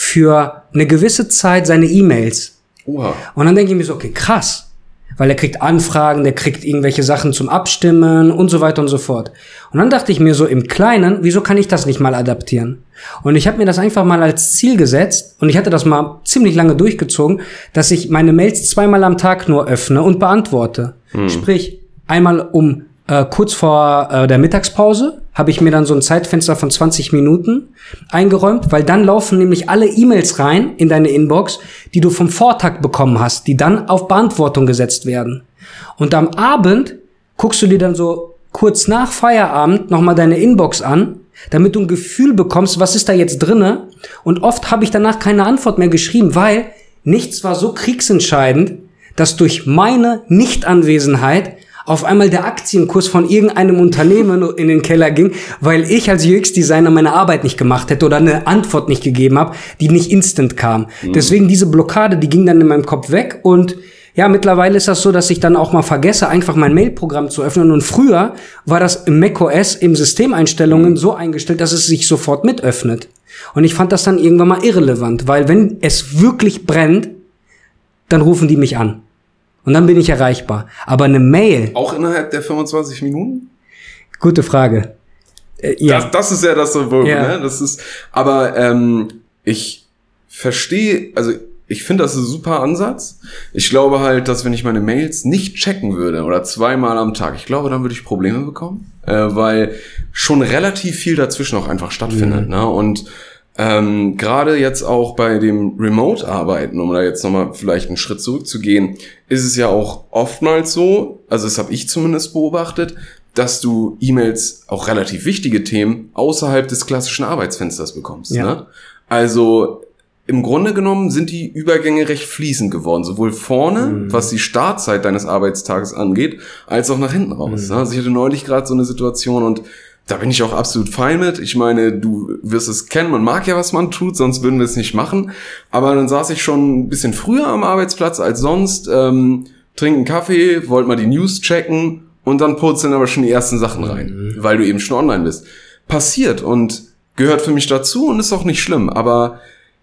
für eine gewisse Zeit seine E-Mails. Oha. Und dann denke ich mir so, okay, krass. Weil er kriegt Anfragen, der kriegt irgendwelche Sachen zum Abstimmen und so weiter und so fort. Und dann dachte ich mir so im Kleinen, wieso kann ich das nicht mal adaptieren? Und ich habe mir das einfach mal als Ziel gesetzt und ich hatte das mal ziemlich lange durchgezogen, dass ich meine Mails zweimal am Tag nur öffne und beantworte. Hm. Sprich, einmal um äh, kurz vor äh, der Mittagspause habe ich mir dann so ein Zeitfenster von zwanzig Minuten eingeräumt, weil dann laufen nämlich alle E-Mails rein in deine Inbox, die du vom Vortag bekommen hast, die dann auf Beantwortung gesetzt werden. Und am Abend guckst du dir dann so kurz nach Feierabend nochmal deine Inbox an, damit du ein Gefühl bekommst, was ist da jetzt drinne. Und oft habe ich danach keine Antwort mehr geschrieben, weil nichts war so kriegsentscheidend, dass durch meine Nichtanwesenheit auf einmal der Aktienkurs von irgendeinem Unternehmen in den Keller ging, weil ich als U X-Designer meine Arbeit nicht gemacht hätte oder eine Antwort nicht gegeben habe, die nicht instant kam. Mhm. Deswegen diese Blockade, die ging dann in meinem Kopf weg und ja, mittlerweile ist das so, dass ich dann auch mal vergesse, einfach mein Mailprogramm zu öffnen. Und früher war das im macOS, im Systemeinstellungen so eingestellt, dass es sich sofort mit öffnet. Und ich fand das dann irgendwann mal irrelevant, weil wenn es wirklich brennt, dann rufen die mich an. Und dann bin ich erreichbar. Aber eine Mail... Auch innerhalb der fünfundzwanzig Minuten? Gute Frage. Äh, ja. Das, das ist ja das so, ja. Ne? Das ist, aber ähm, ich verstehe, also ich finde, das ist ein super Ansatz. Ich glaube halt, dass wenn ich meine Mails nicht checken würde oder zweimal am Tag, ich glaube, dann würde ich Probleme bekommen, äh, weil schon relativ viel dazwischen auch einfach stattfindet. Mhm. Ne? Und ähm, gerade jetzt auch bei dem Remote-Arbeiten, um da jetzt nochmal vielleicht einen Schritt zurückzugehen, ist es ja auch oftmals so, also das habe ich zumindest beobachtet, dass du E-Mails, auch relativ wichtige Themen, außerhalb des klassischen Arbeitsfensters bekommst. Ja. Ne? Also im Grunde genommen sind die Übergänge recht fließend geworden, sowohl vorne, mhm. was die Startzeit deines Arbeitstages angeht, als auch nach hinten raus. Mhm. Also ich hatte neulich gerade so eine Situation und da bin ich auch absolut fein mit. Ich meine, du wirst es kennen, man mag ja, was man tut, sonst würden wir es nicht machen. Aber dann saß ich schon ein bisschen früher am Arbeitsplatz als sonst, ähm, trinke einen Kaffee, wollte mal die News checken und dann purzeln aber schon die ersten Sachen rein, mhm. weil du eben schon online bist. Passiert und gehört für mich dazu und ist auch nicht schlimm, aber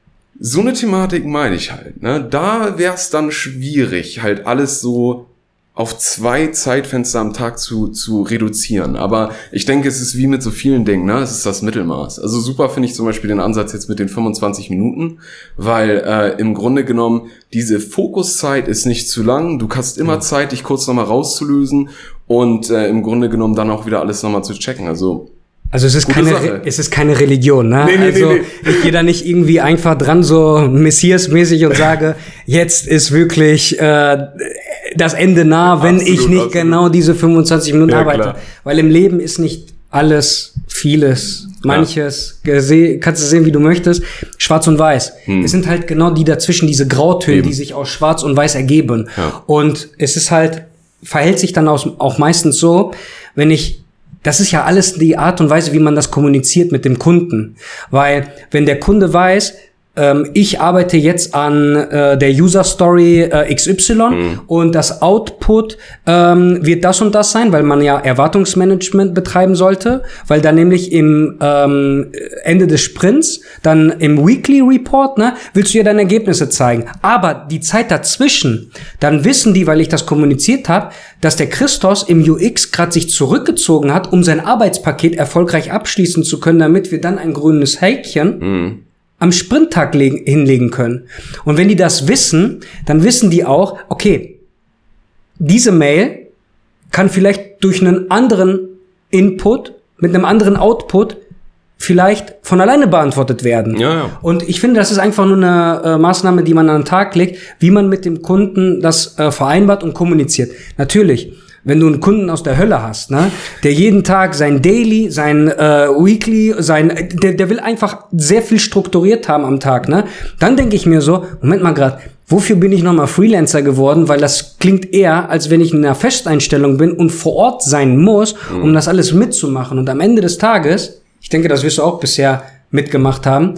so eine Thematik meine ich halt, ne? Da wäre es dann schwierig, halt alles so auf zwei Zeitfenster am Tag zu zu reduzieren. Aber ich denke, es ist wie mit so vielen Dingen, ne? Es ist das Mittelmaß. Also super finde ich zum Beispiel den Ansatz jetzt mit den fünfundzwanzig Minuten, weil äh, im Grunde genommen diese Fokuszeit ist nicht zu lang. Du hast immer Zeit, dich kurz nochmal rauszulösen und äh, im Grunde genommen dann auch wieder alles nochmal zu checken. Also Also es ist Gute keine Sache. es ist keine Religion, ne? Nee, nee, also nee, nee. ich gehe da nicht irgendwie einfach dran so Messias-mäßig und sage, jetzt ist wirklich äh, das Ende nah, wenn absolut, ich nicht absolut. genau diese fünfundzwanzig Minuten ja, arbeite. Klar. Weil im Leben ist nicht alles, vieles, manches, ja. gese- kannst du sehen, wie du möchtest, schwarz und weiß. Hm. Es sind halt genau die dazwischen, diese Grautöne, Eben. die sich aus schwarz und weiß ergeben. Ja. Und es ist halt, verhält sich dann auch, auch meistens so, wenn ich Das ist ja alles die Art und Weise, wie man das kommuniziert mit dem Kunden. Weil wenn der Kunde weiß, ähm, ich arbeite jetzt an äh, der User Story äh, X Y mhm. und das Output ähm, wird das und das sein, weil man ja Erwartungsmanagement betreiben sollte, weil dann nämlich im ähm, Ende des Sprints, dann im Weekly Report, ne, willst du ja deine Ergebnisse zeigen. Aber die Zeit dazwischen, dann wissen die, weil ich das kommuniziert habe, dass der Christos im U X gerade sich zurückgezogen hat, um sein Arbeitspaket erfolgreich abschließen zu können, damit wir dann ein grünes Häkchen mhm. am Sprinttag legen, hinlegen können. Und wenn die das wissen, dann wissen die auch, okay, diese Mail kann vielleicht durch einen anderen Input, mit einem anderen Output vielleicht von alleine beantwortet werden. Ja, ja. Und ich finde, das ist einfach nur eine äh, Maßnahme, die man an den Tag legt, wie man mit dem Kunden das äh, vereinbart und kommuniziert. Natürlich, wenn du einen Kunden aus der Hölle hast, ne, der jeden Tag sein Daily, sein äh, Weekly, sein, der, der will einfach sehr viel strukturiert haben am Tag, ne, dann denke ich mir so, Moment mal grad, wofür bin ich nochmal Freelancer geworden? Weil das klingt eher, als wenn ich in einer Festeinstellung bin und vor Ort sein muss, mhm. um das alles mitzumachen. Und am Ende des Tages, ich denke, das wirst du auch bisher mitgemacht haben,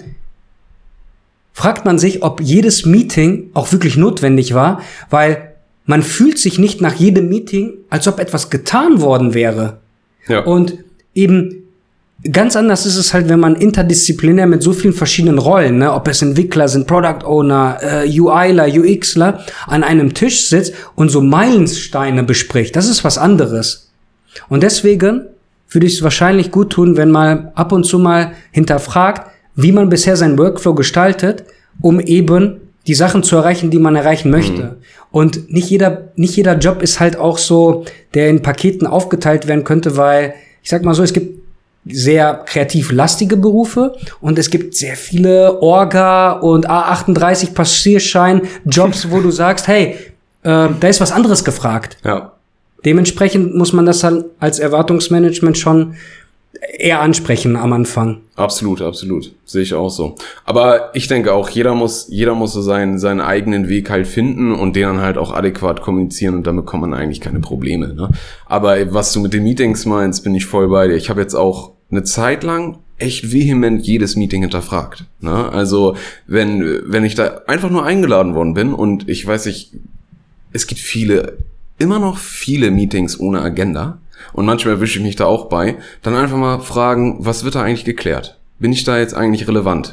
fragt man sich, ob jedes Meeting auch wirklich notwendig war, weil man fühlt sich nicht nach jedem Meeting, als ob etwas getan worden wäre. Ja. Und eben ganz anders ist es halt, wenn man interdisziplinär mit so vielen verschiedenen Rollen, ne, ob es Entwickler sind, Product Owner, äh, UIler, UXler, an einem Tisch sitzt und so Meilensteine bespricht. Das ist was anderes. Und deswegen würde ich es wahrscheinlich gut tun, wenn man ab und zu mal hinterfragt, wie man bisher seinen Workflow gestaltet, um eben die Sachen zu erreichen, die man erreichen möchte. Mhm. Und nicht jeder, nicht jeder Job ist halt auch so, der in Paketen aufgeteilt werden könnte, weil, ich sag mal so, es gibt sehr kreativ lastige Berufe und es gibt sehr viele Orga und A achtunddreißig Passierschein Jobs, wo du sagst, hey, äh, da ist was anderes gefragt. Ja. Dementsprechend muss man das dann als Erwartungsmanagement schon eher ansprechen am Anfang. Absolut, absolut. Sehe ich auch so. Aber ich denke auch, jeder muss, jeder muss so seinen, seinen eigenen Weg halt finden und den dann halt auch adäquat kommunizieren und damit kommt man eigentlich keine Probleme, ne? Aber was du mit den Meetings meinst, bin ich voll bei dir. Ich habe jetzt auch eine Zeit lang echt vehement jedes Meeting hinterfragt, ne? Also, wenn, wenn ich da einfach nur eingeladen worden bin und ich weiß nicht, es gibt viele, immer noch viele Meetings ohne Agenda. Und manchmal erwische ich mich da auch bei, dann einfach mal fragen, was wird da eigentlich geklärt? Bin ich da jetzt eigentlich relevant?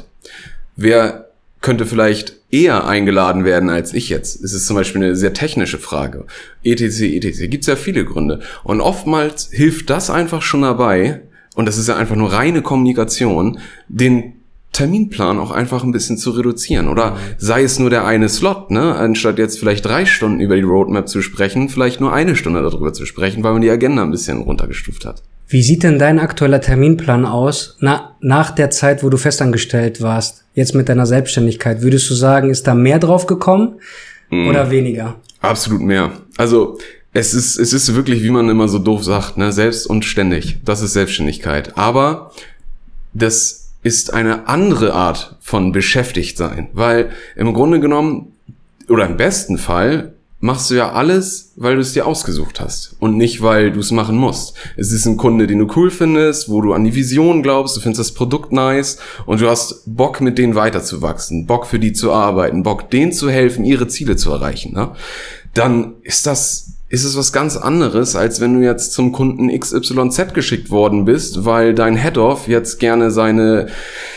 Wer könnte vielleicht eher eingeladen werden als ich jetzt? Es ist zum Beispiel eine sehr technische Frage. et cetera, et cetera. Gibt es ja viele Gründe. Und oftmals hilft das einfach schon dabei, und das ist ja einfach nur reine Kommunikation, den Terminplan auch einfach ein bisschen zu reduzieren. Oder sei es nur der eine Slot, ne? Anstatt jetzt vielleicht drei Stunden über die Roadmap zu sprechen, vielleicht nur eine Stunde darüber zu sprechen, weil man die Agenda ein bisschen runtergestuft hat. Wie sieht denn dein aktueller Terminplan aus, na, nach der Zeit, wo du festangestellt warst, jetzt mit deiner Selbstständigkeit? Würdest du sagen, ist da mehr drauf gekommen mm. oder weniger? Absolut mehr. Also es ist, es ist wirklich, wie man immer so doof sagt, ne? Selbst und ständig. Das ist Selbstständigkeit. Aber das ist eine andere Art von Beschäftigtsein, weil im Grunde genommen, oder im besten Fall, machst du ja alles, weil du es dir ausgesucht hast und nicht, weil du es machen musst. Es ist ein Kunde, den du cool findest, wo du an die Vision glaubst, du findest das Produkt nice und du hast Bock, mit denen weiterzuwachsen, Bock für die zu arbeiten, Bock, denen zu helfen, ihre Ziele zu erreichen, ne? Dann ist das ist es was ganz anderes, als wenn du jetzt zum Kunden X Y Z geschickt worden bist, weil dein Head-Off jetzt gerne seine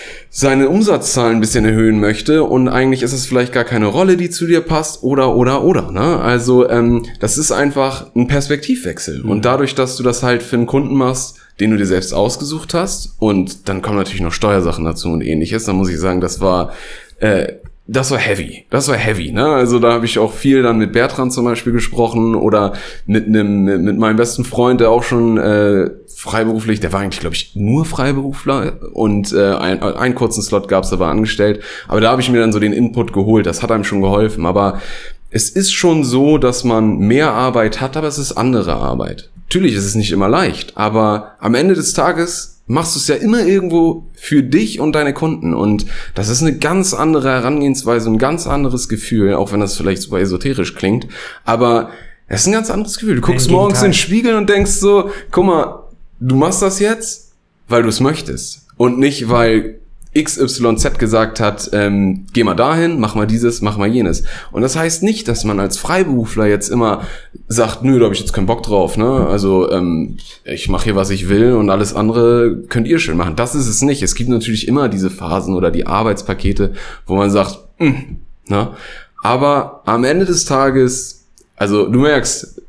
seine Umsatzzahlen ein bisschen erhöhen möchte und eigentlich ist es vielleicht gar keine Rolle, die zu dir passt oder, oder, oder, ne? Also, ähm, das ist einfach ein Perspektivwechsel. Mhm. Und dadurch, dass du das halt für einen Kunden machst, den du dir selbst ausgesucht hast und dann kommen natürlich noch Steuersachen dazu und ähnliches, dann muss ich sagen, das war, äh, Das war heavy, das war heavy, ne? Also da habe ich auch viel dann mit Bertrand zum Beispiel gesprochen oder mit einem mit meinem besten Freund, der auch schon äh, freiberuflich, der war eigentlich, glaube ich, nur Freiberufler und äh, ein, einen kurzen Slot gab's, da war angestellt. Aber da habe ich mir dann so den Input geholt, das hat einem schon geholfen. Aber es ist schon so, dass man mehr Arbeit hat, aber es ist andere Arbeit. Natürlich ist es nicht immer leicht, aber am Ende des Tages machst du es ja immer irgendwo für dich und deine Kunden. Und das ist eine ganz andere Herangehensweise, ein ganz anderes Gefühl, auch wenn das vielleicht super esoterisch klingt. Aber es ist ein ganz anderes Gefühl. Du guckst morgens in den Spiegel und denkst so, guck mal, du machst das jetzt, weil du es möchtest. Und nicht, weil X Y Z gesagt hat, ähm, geh mal dahin, mach mal dieses, mach mal jenes. Und das heißt nicht, dass man als Freiberufler jetzt immer sagt, nö, da habe ich jetzt keinen Bock drauf, ne? Also ähm, ich mache hier, was ich will und alles andere könnt ihr schön machen. Das ist es nicht. Es gibt natürlich immer diese Phasen oder die Arbeitspakete, wo man sagt, mh, ne? Aber am Ende des Tages, also du merkst,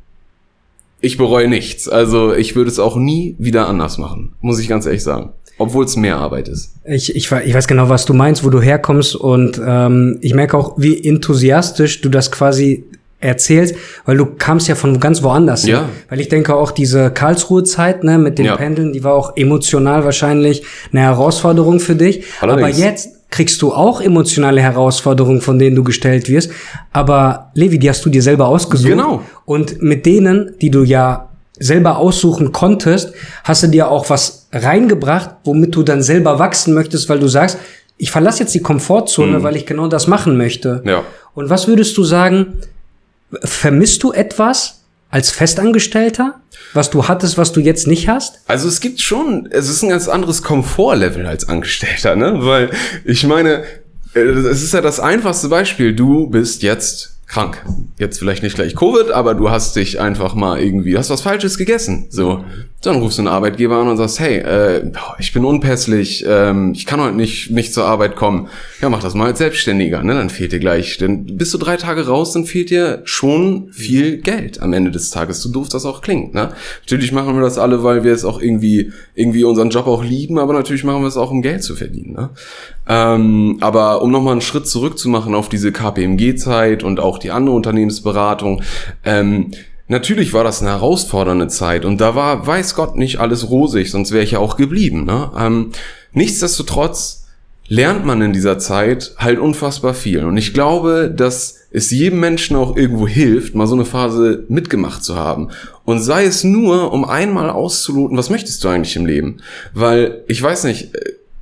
ich bereue nichts. Also ich würde es auch nie wieder anders machen, muss ich ganz ehrlich sagen. Obwohl es mehr Arbeit ist. Ich, ich, ich weiß genau, was du meinst, wo du herkommst und ähm, ich merke auch, wie enthusiastisch du das quasi erzählst, weil du kamst ja von ganz woanders hin. Ja. Weil ich denke auch diese Karlsruhe-Zeit, ne, mit den ja. Pendeln, die war auch emotional wahrscheinlich eine Herausforderung für dich. Allerdings. Aber jetzt kriegst du auch emotionale Herausforderungen, von denen du gestellt wirst. Aber Levi, die hast du dir selber ausgesucht. Genau. Und mit denen, die du ja selber aussuchen konntest, hast du dir auch was reingebracht, womit du dann selber wachsen möchtest, weil du sagst, ich verlasse jetzt die Komfortzone, mhm. weil ich genau das machen möchte. Ja. Und was würdest du sagen, vermisst du etwas als Festangestellter, was du hattest, was du jetzt nicht hast? Also es gibt schon, es ist ein ganz anderes Komfortlevel als Angestellter, ne? Weil ich meine, es ist ja das einfachste Beispiel. Du bist jetzt krank. Jetzt vielleicht nicht gleich Covid, aber du hast dich einfach mal irgendwie, hast was Falsches gegessen. So, dann rufst du einen Arbeitgeber an und sagst, hey, äh, ich bin unpässlich, ähm, ich kann heute nicht nicht zur Arbeit kommen. Ja, mach das mal als Selbstständiger, ne? Dann fehlt dir gleich, dann bist du drei Tage raus, dann fehlt dir schon viel Geld am Ende des Tages. So doof das auch klingt, ne? Natürlich machen wir das alle, weil wir es auch irgendwie irgendwie unseren Job auch lieben, aber natürlich machen wir es auch, um Geld zu verdienen, ne? Ähm, aber um nochmal einen Schritt zurück zu machen auf diese K P M G-Zeit und auch die andere Unternehmensberatung, ähm, natürlich war das eine herausfordernde Zeit und da war, weiß Gott, nicht alles rosig, sonst wäre ich ja auch geblieben, ne? Ähm, nichtsdestotrotz lernt man in dieser Zeit halt unfassbar viel und ich glaube, dass es jedem Menschen auch irgendwo hilft, mal so eine Phase mitgemacht zu haben und sei es nur, um einmal auszuloten, was möchtest du eigentlich im Leben? Weil, ich weiß nicht,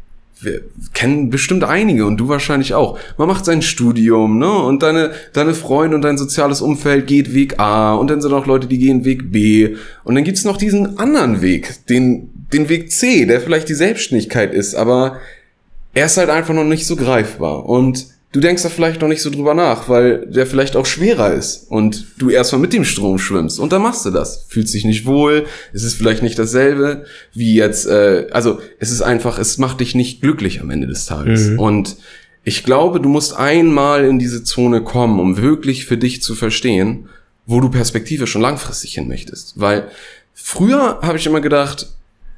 wir kennen bestimmt einige und du wahrscheinlich auch. Man macht sein Studium, ne? Und deine deine Freunde und dein soziales Umfeld geht Weg A und dann sind auch Leute, die gehen Weg B und dann gibt's noch diesen anderen Weg, den den Weg C, der vielleicht die Selbstständigkeit ist, aber er ist halt einfach noch nicht so greifbar und du denkst da vielleicht noch nicht so drüber nach, weil der vielleicht auch schwerer ist und du erstmal mit dem Strom schwimmst und dann machst du das. Fühlst dich nicht wohl, es ist vielleicht nicht dasselbe wie jetzt, äh, also es ist einfach, es macht dich nicht glücklich am Ende des Tages. Mhm. Und ich glaube, du musst einmal in diese Zone kommen, um wirklich für dich zu verstehen, wo du Perspektive schon langfristig hin möchtest. Weil früher habe ich immer gedacht,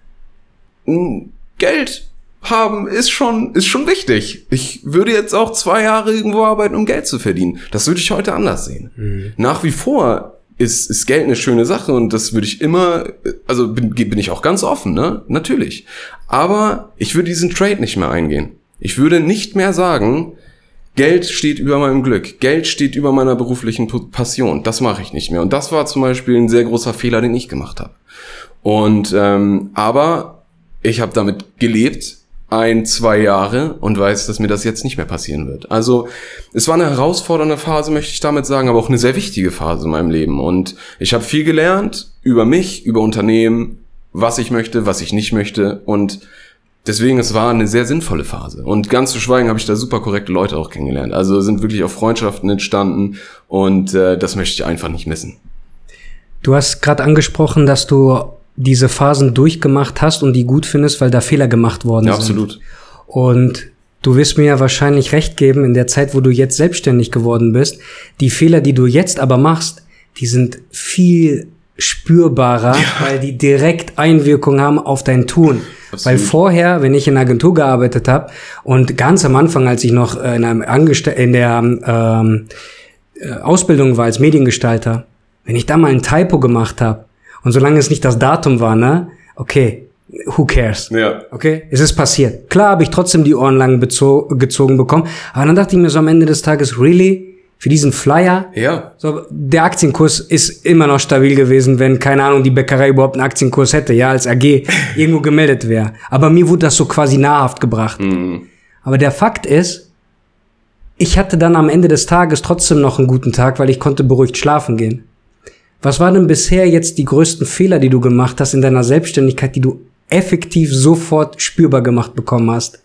Geld haben ist schon ist schon wichtig. Ich würde jetzt auch zwei Jahre irgendwo arbeiten, um Geld zu verdienen. Das würde ich heute anders sehen. Mhm. Nach wie vor ist ist Geld eine schöne Sache und das würde ich immer, also bin, bin ich auch ganz offen, ne? Natürlich. Aber ich würde diesen Trade nicht mehr eingehen. Ich würde nicht mehr sagen, Geld steht über meinem Glück. Geld steht über meiner beruflichen Passion. Das mache ich nicht mehr. Und das war zum Beispiel ein sehr großer Fehler, den ich gemacht habe. Und ähm, aber ich habe damit gelebt, ein, zwei Jahre und weiß, dass mir das jetzt nicht mehr passieren wird. Also es war eine herausfordernde Phase, möchte ich damit sagen, aber auch eine sehr wichtige Phase in meinem Leben. Und ich habe viel gelernt über mich, über Unternehmen, was ich möchte, was ich nicht möchte. Und deswegen, es war eine sehr sinnvolle Phase. Und ganz zu schweigen, habe ich da super korrekte Leute auch kennengelernt. Also sind wirklich auch Freundschaften entstanden und äh, das möchte ich einfach nicht missen. Du hast gerade angesprochen, dass du diese Phasen durchgemacht hast und die gut findest, weil da Fehler gemacht worden ja, sind. Absolut. Und du wirst mir ja wahrscheinlich recht geben, in der Zeit, wo du jetzt selbstständig geworden bist, die Fehler, die du jetzt aber machst, die sind viel spürbarer, ja. weil die direkt Einwirkung haben auf dein Tun. Absolut. Weil vorher, wenn ich in einer Agentur gearbeitet habe und ganz am Anfang, als ich noch in, einem Angestell- in der ähm, Ausbildung war als Mediengestalter, wenn ich da mal ein Typo gemacht habe, und solange es nicht das Datum war, ne, okay, who cares? Ja. Okay, es ist passiert. Klar habe ich trotzdem die Ohren lang bezo- gezogen bekommen, aber dann dachte ich mir so am Ende des Tages, really? Für diesen Flyer? Ja. So, der Aktienkurs ist immer noch stabil gewesen, wenn, keine Ahnung, die Bäckerei überhaupt einen Aktienkurs hätte, ja, als A G irgendwo gemeldet wäre. Aber mir wurde das so quasi nahrhaft gebracht. Mhm. Aber der Fakt ist, ich hatte dann am Ende des Tages trotzdem noch einen guten Tag, weil ich konnte beruhigt schlafen gehen. Was waren denn bisher jetzt die größten Fehler, die du gemacht hast in deiner Selbstständigkeit, die du effektiv sofort spürbar gemacht bekommen hast?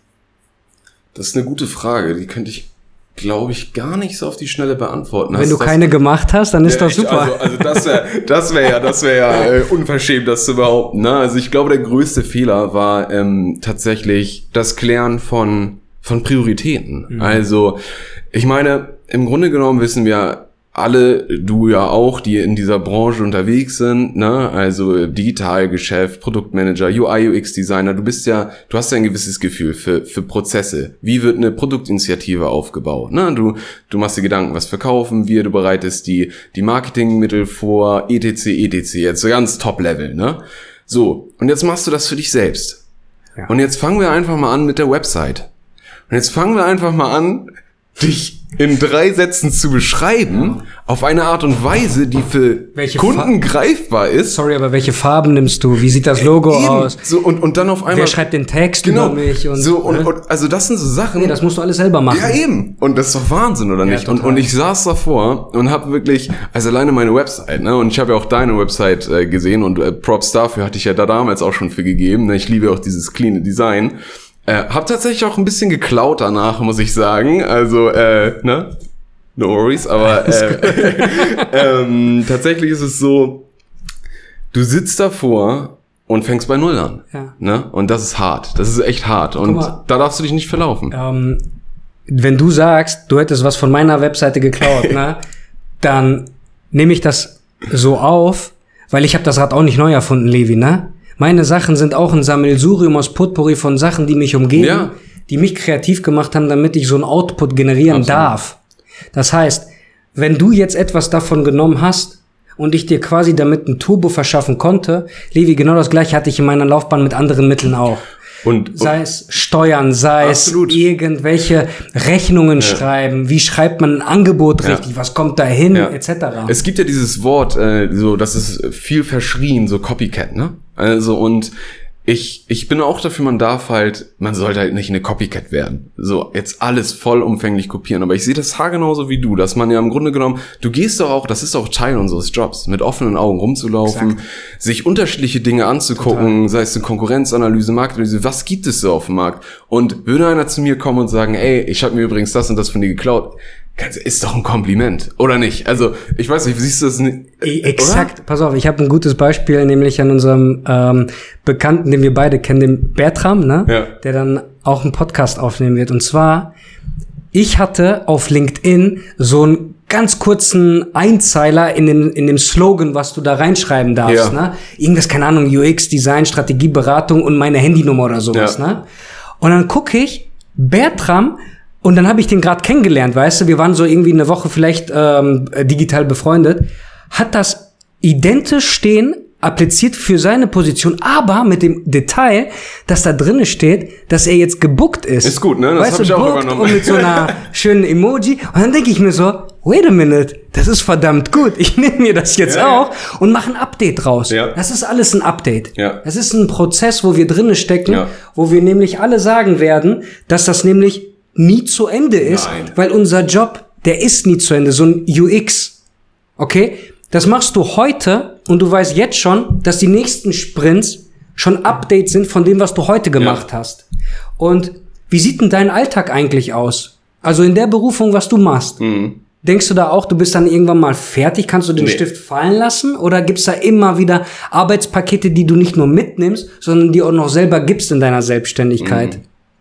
Das ist eine gute Frage. Die könnte ich, glaube ich, gar nicht so auf die Schnelle beantworten. Wenn hast du das, keine gemacht hast, dann ist ja, das super. Also, also das wäre das wäre ja, das wäre ja äh, unverschämt, das zu behaupten. Ne? Also ich glaube, der größte Fehler war ähm, tatsächlich das Klären von von Prioritäten. Mhm. Also ich meine, im Grunde genommen wissen wir alle, du ja auch, die in dieser Branche unterwegs sind, ne, also Digitalgeschäft, Produktmanager, U I, U X-Designer, du bist ja, du hast ja ein gewisses Gefühl für für Prozesse. Wie wird eine Produktinitiative aufgebaut, ne? Du du machst dir Gedanken, was verkaufen wir, du bereitest die die Marketingmittel vor, et cetera et cetera, jetzt so ganz Top-Level, ne? So, und jetzt machst du das für dich selbst. Ja. Und jetzt fangen wir einfach mal an mit der Website. Und jetzt fangen wir einfach mal an, dich in drei Sätzen zu beschreiben, ja. auf eine Art und Weise, die für welche Kunden Fa- greifbar ist. Sorry, aber welche Farben nimmst du? Wie sieht das Logo Eben. aus? So, und, und dann auf einmal... Wer schreibt den Text genau, über mich? Und, so, und, ne? und, also das sind so Sachen... Nee, das musst du alles selber machen. Ja, eben. Und das ist doch Wahnsinn, oder ja, nicht? Und, und ich saß davor und habe wirklich... Also alleine meine Website, ne? Und ich habe ja auch deine Website äh, gesehen und äh, Props dafür hatte ich ja da damals auch schon für gegeben. Ne? Ich liebe auch dieses cleane Design. Äh, hab tatsächlich auch ein bisschen geklaut danach, muss ich sagen. Also, äh, ne? No worries, aber äh, ähm, tatsächlich ist es so, du sitzt davor und fängst bei Null an. Ja. Ne? Und das ist hart. Das ist echt hart. Und mal, da darfst du dich nicht verlaufen. Ähm, wenn du sagst, du hättest was von meiner Webseite geklaut, ne, dann nehme ich das so auf, weil ich habe das Rad auch nicht neu erfunden, Levi, ne? Meine Sachen sind auch ein Sammelsurium aus Potpourri von Sachen, die mich umgeben, ja. die mich kreativ gemacht haben, damit ich so einen Output generieren Absolut. darf. Das heißt, wenn du jetzt etwas davon genommen hast und ich dir quasi damit ein Turbo verschaffen konnte, Levi, genau das gleiche hatte ich in meiner Laufbahn mit anderen Mitteln auch. Und, und sei es Steuern, sei absolut. es irgendwelche Rechnungen ja. schreiben, wie schreibt man ein Angebot ja. richtig, was kommt da hin, ja. et cetera. Es gibt ja dieses Wort, äh, so, das ist viel verschrien, so Copycat, ne? Also und Ich, ich bin auch dafür, man darf halt, man sollte halt nicht eine Copycat werden. So, jetzt alles vollumfänglich kopieren. Aber ich sehe das haargenauso wie du, dass man ja im Grunde genommen, du gehst doch auch, das ist auch Teil unseres Jobs, mit offenen Augen rumzulaufen, Exakt. sich unterschiedliche Dinge anzugucken, Total. sei es eine Konkurrenzanalyse, Marktanalyse, was gibt es so auf dem Markt? Und würde einer zu mir kommen und sagen, ey, ich habe mir übrigens das und das von dir geklaut, ist doch ein Kompliment, oder nicht? Also, ich weiß nicht, siehst du das nicht? Exakt, oder? Pass auf, ich habe ein gutes Beispiel, nämlich an unserem ähm, Bekannten, den wir beide kennen, dem Bertram, ne? Ja. Der dann auch einen Podcast aufnehmen wird. Und zwar, ich hatte auf LinkedIn so einen ganz kurzen Einzeiler in dem, in dem Slogan, was du da reinschreiben darfst, ja. ne? Irgendwas, keine Ahnung, U X, Design, Strategie, Beratung und meine Handynummer oder sowas, ja. ne? Und dann gucke ich, Bertram. Und dann habe ich den gerade kennengelernt, weißt du, wir waren so irgendwie eine Woche vielleicht ähm, digital befreundet, hat das identisch stehen, appliziert für seine Position, aber mit dem Detail, dass da drinne steht, dass er jetzt gebuckt ist. Ist gut, ne? Das habe ich auch übernommen. Und mit so einer schönen Emoji. Und dann denke ich mir so, wait a minute, das ist verdammt gut. Ich nehme mir das jetzt ja, auch ja. und mache ein Update draus. Ja. Das ist alles ein Update. Ja. Das ist ein Prozess, wo wir drinne stecken, ja. wo wir nämlich alle sagen werden, dass das nämlich nie zu Ende ist, Nein. weil unser Job, der ist nie zu Ende, so ein U X, okay? Das machst du heute und du weißt jetzt schon, dass die nächsten Sprints schon Updates sind von dem, was du heute gemacht ja. hast. Und wie sieht denn dein Alltag eigentlich aus? Also in der Berufung, was du machst. Mhm. Denkst du da auch, du bist dann irgendwann mal fertig? Kannst du den nee. Stift fallen lassen? Oder gibt's da immer wieder Arbeitspakete, die du nicht nur mitnimmst, sondern die auch noch selber gibst in deiner Selbstständigkeit? Mhm.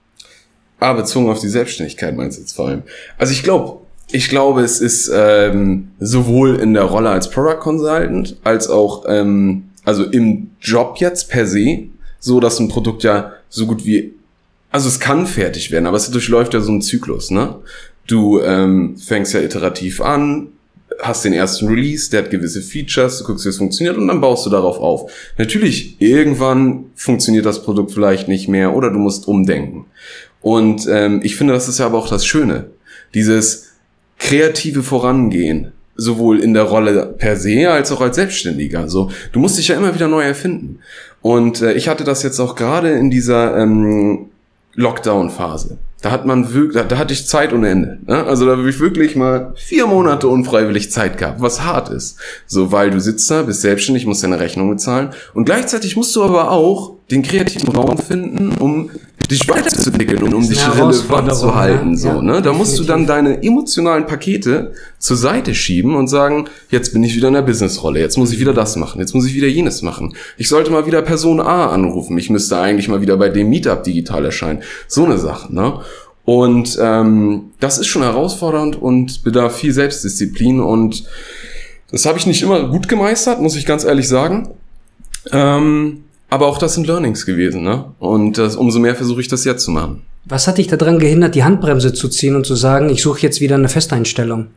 Ah, bezogen auf die Selbstständigkeit meinst du jetzt vor allem. Also ich glaube, ich glaube, es ist ähm, sowohl in der Rolle als Product Consultant als auch ähm, also im Job jetzt per se so, dass ein Produkt ja so gut wie, also es kann fertig werden, aber es durchläuft ja so einen Zyklus, ne? Du ähm, fängst ja iterativ an, hast den ersten Release, der hat gewisse Features, du guckst, wie es funktioniert und dann baust du darauf auf. Natürlich, irgendwann funktioniert das Produkt vielleicht nicht mehr oder du musst umdenken. Und ähm, ich finde, das ist ja aber auch das Schöne. Dieses kreative Vorangehen, sowohl in der Rolle per se als auch als Selbstständiger. So, du musst dich ja immer wieder neu erfinden. Und äh, ich hatte das jetzt auch gerade in dieser ähm, Lockdown-Phase. Da hat man wirklich, da, da hatte ich Zeit ohne Ende. Ne? Also da habe ich wirklich mal vier Monate unfreiwillig Zeit gehabt, was hart ist. So, weil du sitzt da, bist selbstständig, musst deine Rechnung bezahlen. Und gleichzeitig musst du aber auch den kreativen Raum finden, um dich weiterzuentwickeln und um dich relevant zu halten. Ja, so, ja, ne? Da musst du dann deine emotionalen Pakete zur Seite schieben und sagen, jetzt bin ich wieder in der Businessrolle, jetzt muss ich wieder das machen, jetzt muss ich wieder jenes machen. Ich sollte mal wieder Person A anrufen, ich müsste eigentlich mal wieder bei dem Meetup digital erscheinen. So eine Sache, ne? Und ähm, das ist schon herausfordernd und bedarf viel Selbstdisziplin und das habe ich nicht immer gut gemeistert, muss ich ganz ehrlich sagen. Ähm, aber auch das sind Learnings gewesen, ne? Und das, umso mehr versuche ich das jetzt zu machen. Was hat dich daran gehindert, die Handbremse zu ziehen und zu sagen, ich suche jetzt wieder eine Festeinstellung?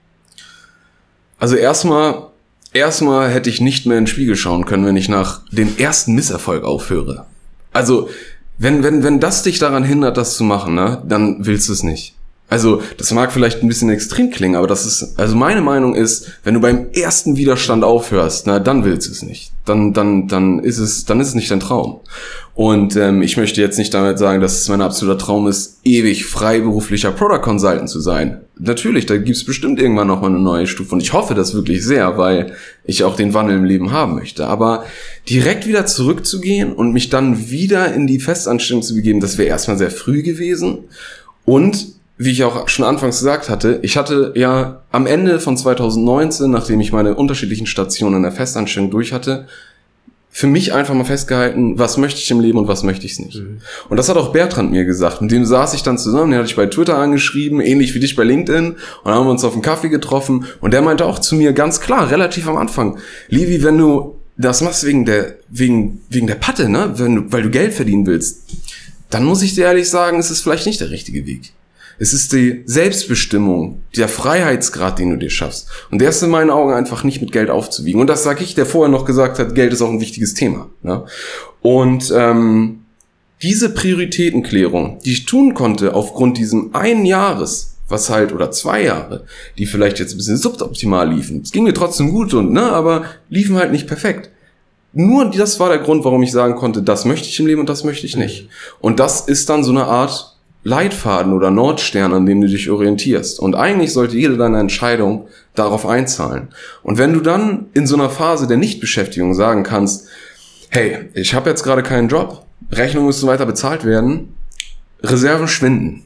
Also erstmal, erstmal hätte ich nicht mehr in den Spiegel schauen können, wenn ich nach dem ersten Misserfolg aufhöre. Also wenn, wenn, wenn das dich daran hindert, das zu machen, ne, dann willst du es nicht. Also, das mag vielleicht ein bisschen extrem klingen, aber das ist, also meine Meinung ist, wenn du beim ersten Widerstand aufhörst, na, dann willst du es nicht. Dann, dann, dann ist es, dann ist es nicht dein Traum. Und ähm, ich möchte jetzt nicht damit sagen, dass es mein absoluter Traum ist, ewig freiberuflicher Product Consultant zu sein. Natürlich, da gibt's bestimmt irgendwann noch mal eine neue Stufe und ich hoffe das wirklich sehr, weil ich auch den Wandel im Leben haben möchte. Aber direkt wieder zurückzugehen und mich dann wieder in die Festanstellung zu begeben, das wäre erstmal sehr früh gewesen. Und wie ich auch schon anfangs gesagt hatte, ich hatte ja am Ende von zwanzig neunzehn, nachdem ich meine unterschiedlichen Stationen in der Festanstellung durch hatte, für mich einfach mal festgehalten, was möchte ich im Leben und was möchte ich nicht. Mhm. Und das hat auch Bertrand mir gesagt. Mit dem saß ich dann zusammen, den hatte ich bei Twitter angeschrieben, ähnlich wie dich bei LinkedIn, und dann haben wir uns auf einen Kaffee getroffen und der meinte auch zu mir ganz klar, relativ am Anfang, Levi, wenn du das machst wegen der, wegen, wegen der Patte, ne, wenn du, weil du Geld verdienen willst, dann muss ich dir ehrlich sagen, es ist vielleicht nicht der richtige Weg. Es ist die Selbstbestimmung, der Freiheitsgrad, den du dir schaffst. Und der ist in meinen Augen einfach nicht mit Geld aufzuwiegen. Und das sage ich, der vorher noch gesagt hat, Geld ist auch ein wichtiges Thema. Ne? Und ähm, diese Prioritätenklärung, die ich tun konnte aufgrund diesem einen Jahres, was halt, oder zwei Jahre, die vielleicht jetzt ein bisschen suboptimal liefen. Es ging mir trotzdem gut und, ne, aber liefen halt nicht perfekt. Nur das war der Grund, warum ich sagen konnte, das möchte ich im Leben und das möchte ich nicht. Und das ist dann so eine Art Leitfaden oder Nordstern, an dem du dich orientierst. Und eigentlich sollte jede deine Entscheidung darauf einzahlen. Und wenn du dann in so einer Phase der Nichtbeschäftigung sagen kannst, hey, ich habe jetzt gerade keinen Job, Rechnungen müssen weiter bezahlt werden, Reserven schwinden.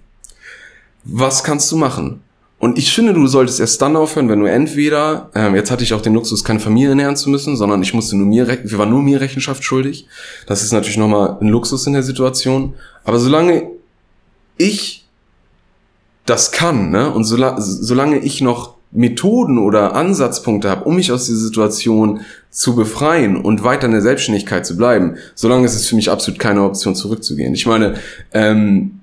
Was kannst du machen? Und ich finde, du solltest erst dann aufhören, wenn du entweder, ähm, jetzt hatte ich auch den Luxus, keine Familie ernähren zu müssen, sondern ich musste nur mir, wir waren nur mir Rechenschaft schuldig. Das ist natürlich nochmal ein Luxus in der Situation. Aber solange ich das kann, ne, und sola- solange ich noch Methoden oder Ansatzpunkte habe, um mich aus dieser Situation zu befreien und weiter in der Selbstständigkeit zu bleiben, solange ist es für mich absolut keine Option, zurückzugehen. Ich meine, ähm,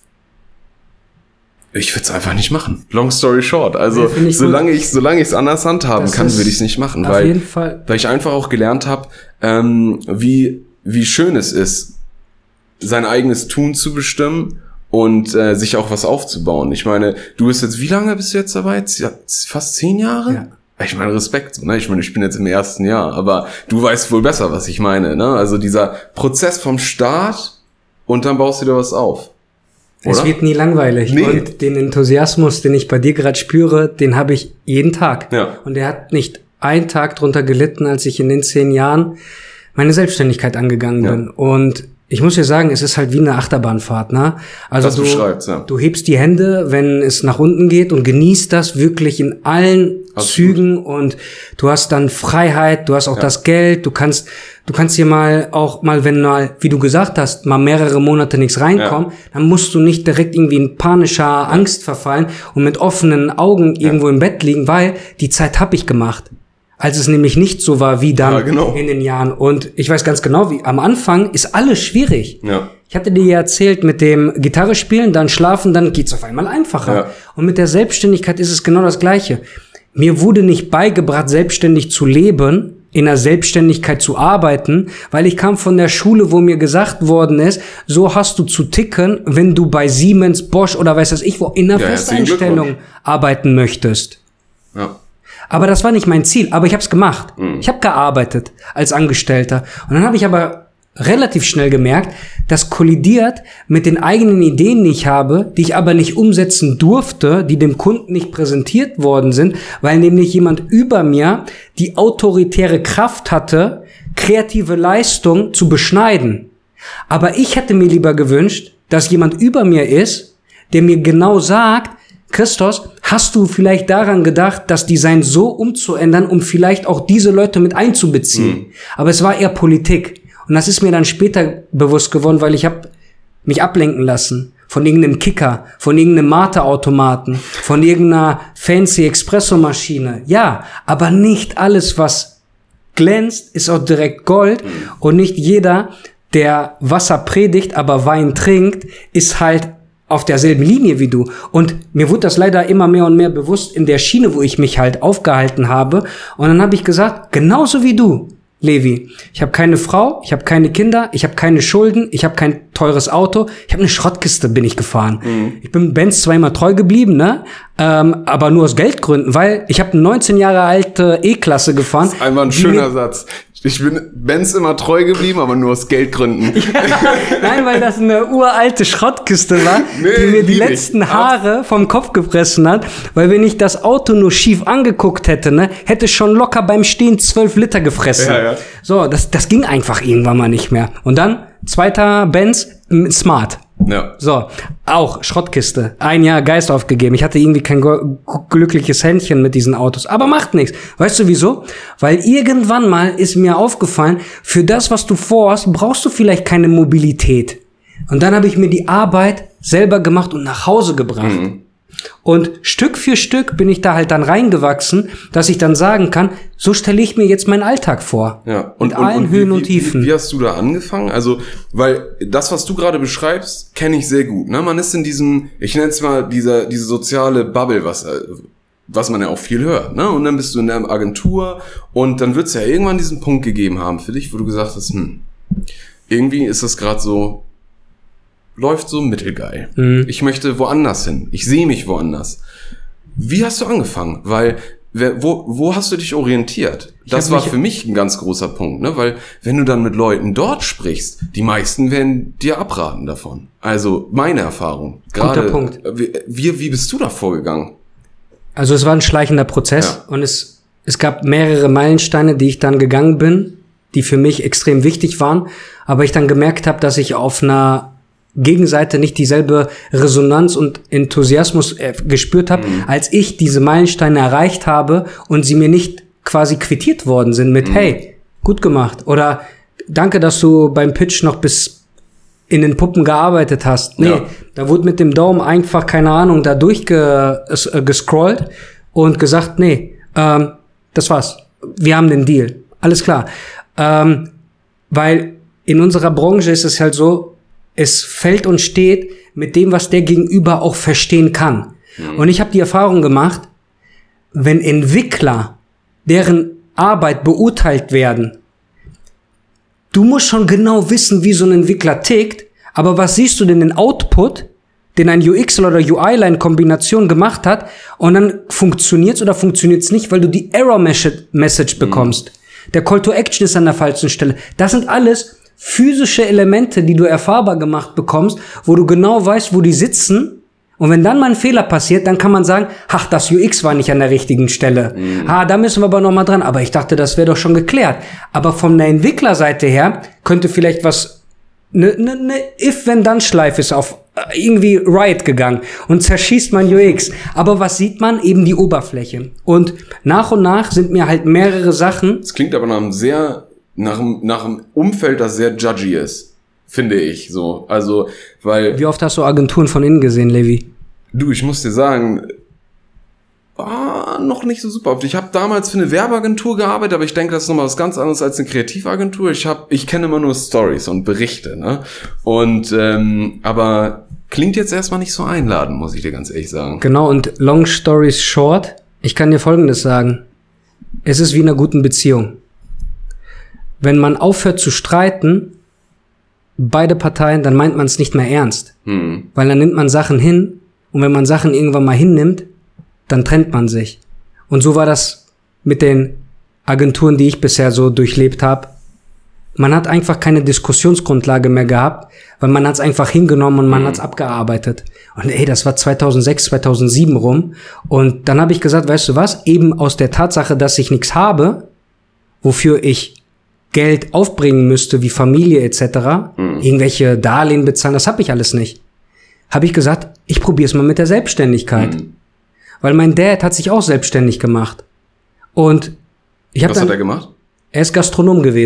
ich würde es einfach nicht machen. Long story short. Also ja, ich solange gut. ich solange ich es anders handhaben das kann, würde ich es nicht machen, weil jeden Fall. weil ich einfach auch gelernt habe, ähm, wie wie schön es ist, sein eigenes Tun zu bestimmen und äh, sich auch was aufzubauen. Ich meine, du bist jetzt, wie lange bist du jetzt dabei? Fast zehn Jahre? Ja. Ich meine, Respekt, ne? Ich meine, ich bin jetzt im ersten Jahr, aber du weißt wohl besser, was ich meine, ne? Also dieser Prozess vom Start und dann baust du dir was auf. Oder? Es wird nie langweilig. Nee. Und den Enthusiasmus, den ich bei dir gerade spüre, den habe ich jeden Tag. Ja. Und der hat nicht einen Tag drunter gelitten, als ich in den zehn Jahren meine Selbstständigkeit angegangen ja. bin. Und ich muss dir sagen, es ist halt wie eine Achterbahnfahrt, ne? Also das du, beschreibt's, ja. du hebst die Hände, wenn es nach unten geht und genießt das wirklich in allen Absolut. Zügen und du hast dann Freiheit, du hast auch ja. das Geld, du kannst, du kannst hier mal auch mal, wenn mal, wie du gesagt hast, mal mehrere Monate nichts reinkommt, ja. dann musst du nicht direkt irgendwie in panischer ja. Angst verfallen und mit offenen Augen irgendwo ja. im Bett liegen, weil die Zeit hab ich gemacht. Als es nämlich nicht so war wie dann ja, genau. in den Jahren. Und ich weiß ganz genau, wie am Anfang ist alles schwierig. Ja. Ich hatte dir ja erzählt, mit dem Gitarre spielen, dann schlafen, dann geht's auf einmal einfacher. Ja. Und mit der Selbstständigkeit ist es genau das Gleiche. Mir wurde nicht beigebracht, selbstständig zu leben, in der Selbstständigkeit zu arbeiten, weil ich kam von der Schule, wo mir gesagt worden ist, so hast du zu ticken, wenn du bei Siemens, Bosch oder weiß was ich wo in der ja, Festeinstellung arbeiten möchtest. Ja. Aber das war nicht mein Ziel, aber ich habe es gemacht. Mhm. Ich habe gearbeitet als Angestellter. Und dann habe ich aber relativ schnell gemerkt, das kollidiert mit den eigenen Ideen, die ich habe, die ich aber nicht umsetzen durfte, die dem Kunden nicht präsentiert worden sind, weil nämlich jemand über mir die autoritäre Kraft hatte, kreative Leistung zu beschneiden. Aber ich hätte mir lieber gewünscht, dass jemand über mir ist, der mir genau sagt, Christos, hast du vielleicht daran gedacht, das Design so umzuändern, um vielleicht auch diese Leute mit einzubeziehen? Mhm. Aber es war eher Politik. Und das ist mir dann später bewusst geworden, weil ich habe mich ablenken lassen von irgendeinem Kicker, von irgendeinem Mate-Automaten, von irgendeiner fancy Espresso-Maschine. Ja, aber nicht alles, was glänzt, ist auch direkt Gold. Mhm. Und nicht jeder, der Wasser predigt, aber Wein trinkt, ist halt auf derselben Linie wie du. Und mir wurde das leider immer mehr und mehr bewusst in der Schiene, wo ich mich halt aufgehalten habe. Und dann habe ich gesagt, genauso wie du, Levi, ich habe keine Frau, ich habe keine Kinder, ich habe keine Schulden, ich habe kein teures Auto, ich habe eine Schrottkiste, bin ich gefahren. Mhm. Ich bin Benz zweimal treu geblieben, ne? Ähm, aber nur aus Geldgründen, weil ich habe eine neunzehn Jahre alte E-Klasse gefahren. Das ist einmal ein schöner Satz. Ich bin Benz immer treu geblieben, aber nur aus Geldgründen. Nein, weil das eine uralte Schrottkiste war, nee, die mir die letzten nicht. Haare vom Kopf gefressen hat. Weil wenn ich das Auto nur schief angeguckt hätte, ne, hätte schon locker beim Stehen zwölf Liter gefressen. Ja, ja. So, das, das ging einfach irgendwann mal nicht mehr. Und dann, zweiter Benz, Smart. Ja. So, auch Schrottkiste. Ein Jahr Geist aufgegeben. Ich hatte irgendwie kein go- glückliches Händchen mit diesen Autos. Aber macht nichts. Weißt du wieso? Weil irgendwann mal ist mir aufgefallen, für das, was du vorhast, brauchst du vielleicht keine Mobilität. Und dann habe ich mir die Arbeit selber gemacht und nach Hause gebracht. Mhm. Und Stück für Stück bin ich da halt dann reingewachsen, dass ich dann sagen kann, so stelle ich mir jetzt meinen Alltag vor. Ja. Und, mit und, allen und Höhen wie, und Tiefen. Wie, wie hast du da angefangen? Also, weil das, was du gerade beschreibst, kenne ich sehr gut. Ne? Man ist in diesem, ich nenne es mal, dieser, diese soziale Bubble, was, was man ja auch viel hört. Ne? Und dann bist du in der Agentur und dann wird es ja irgendwann diesen Punkt gegeben haben für dich, wo du gesagt hast, hm, irgendwie ist das gerade so, läuft so mittelgeil. Mhm. Ich möchte woanders hin. Ich sehe mich woanders. Wie hast du angefangen? Weil, wer, wo, wo hast du dich orientiert? Das war mich für mich ein ganz großer Punkt, ne? Weil, wenn du dann mit Leuten dort sprichst, die meisten werden dir abraten davon. Also, meine Erfahrung. Gerade, guter Punkt. Wie, wie bist du da vorgegangen? Also, es war ein schleichender Prozess ja. und es, es gab mehrere Meilensteine, die ich dann gegangen bin, die für mich extrem wichtig waren, aber ich dann gemerkt habe, dass ich auf einer Gegenseite nicht dieselbe Resonanz und Enthusiasmus äh, gespürt habe, mhm. als ich diese Meilensteine erreicht habe und sie mir nicht quasi quittiert worden sind mit, mhm. hey, gut gemacht oder danke, dass du beim Pitch noch bis in den Puppen gearbeitet hast. Nee, ja. da wurde mit dem Daumen einfach, keine Ahnung, da durchgescrollt äh, und gesagt, nee, ähm, das war's. Wir haben den Deal. Alles klar. Ähm, weil in unserer Branche ist es halt so, es fällt und steht mit dem, was der Gegenüber auch verstehen kann. Mhm. Und ich habe die Erfahrung gemacht, wenn Entwickler, deren Arbeit beurteilt werden, du musst schon genau wissen, wie so ein Entwickler tickt, aber was siehst du denn den Output, den ein U X oder U I-Line-Kombination gemacht hat, und dann funktioniert's oder funktioniert's nicht, weil du die Error-Message bekommst. Mhm. Der Call to Action ist an der falschen Stelle. Das sind alles physische Elemente, die du erfahrbar gemacht bekommst, wo du genau weißt, wo die sitzen. Und wenn dann mal ein Fehler passiert, dann kann man sagen, ach, das U X war nicht an der richtigen Stelle. Mhm. Ah, da müssen wir aber noch mal dran. Aber ich dachte, das wäre doch schon geklärt. Aber von der Entwicklerseite her könnte vielleicht was, ne, ne, ne If-Wenn-Dann-Schleife ist auf irgendwie Riot gegangen und zerschießt mein U X. Aber was sieht man? Eben die Oberfläche. Und nach und nach sind mir halt mehrere Sachen. Es klingt aber nach einem sehr Nach einem, nach einem Umfeld, das sehr judgy ist, finde ich so. Also, weil. Wie oft hast du Agenturen von innen gesehen, Levi? Du, ich muss dir sagen, ah, noch nicht so super oft. Ich habe damals für eine Werbeagentur gearbeitet, aber ich denke, das ist nochmal was ganz anderes als eine Kreativagentur. Ich habe, ich kenne immer nur Stories und Berichte, ne? Und ähm, aber klingt jetzt erstmal nicht so einladend, muss ich dir ganz ehrlich sagen. Genau. Und long stories short, ich kann dir Folgendes sagen: Es ist wie in einer guten Beziehung. Wenn man aufhört zu streiten, beide Parteien, dann meint man es nicht mehr ernst. Hm. Weil dann nimmt man Sachen hin, und wenn man Sachen irgendwann mal hinnimmt, dann trennt man sich. Und so war das mit den Agenturen, die ich bisher so durchlebt habe. Man hat einfach keine Diskussionsgrundlage mehr gehabt, weil man hat es einfach hingenommen und man hm. hat es abgearbeitet. Und ey, das war zweitausendsechs, zweitausendsieben rum. Und dann habe ich gesagt, weißt du was, eben aus der Tatsache, dass ich nichts habe, wofür ich Geld aufbringen müsste, wie Familie et cetera, mhm. irgendwelche Darlehen bezahlen, das habe ich alles nicht. Habe ich gesagt, ich probiere es mal mit der Selbstständigkeit. Mhm. Weil mein Dad hat sich auch selbstständig gemacht. Und ich habe Was dann, hat er gemacht? Er ist Gastronom gewesen.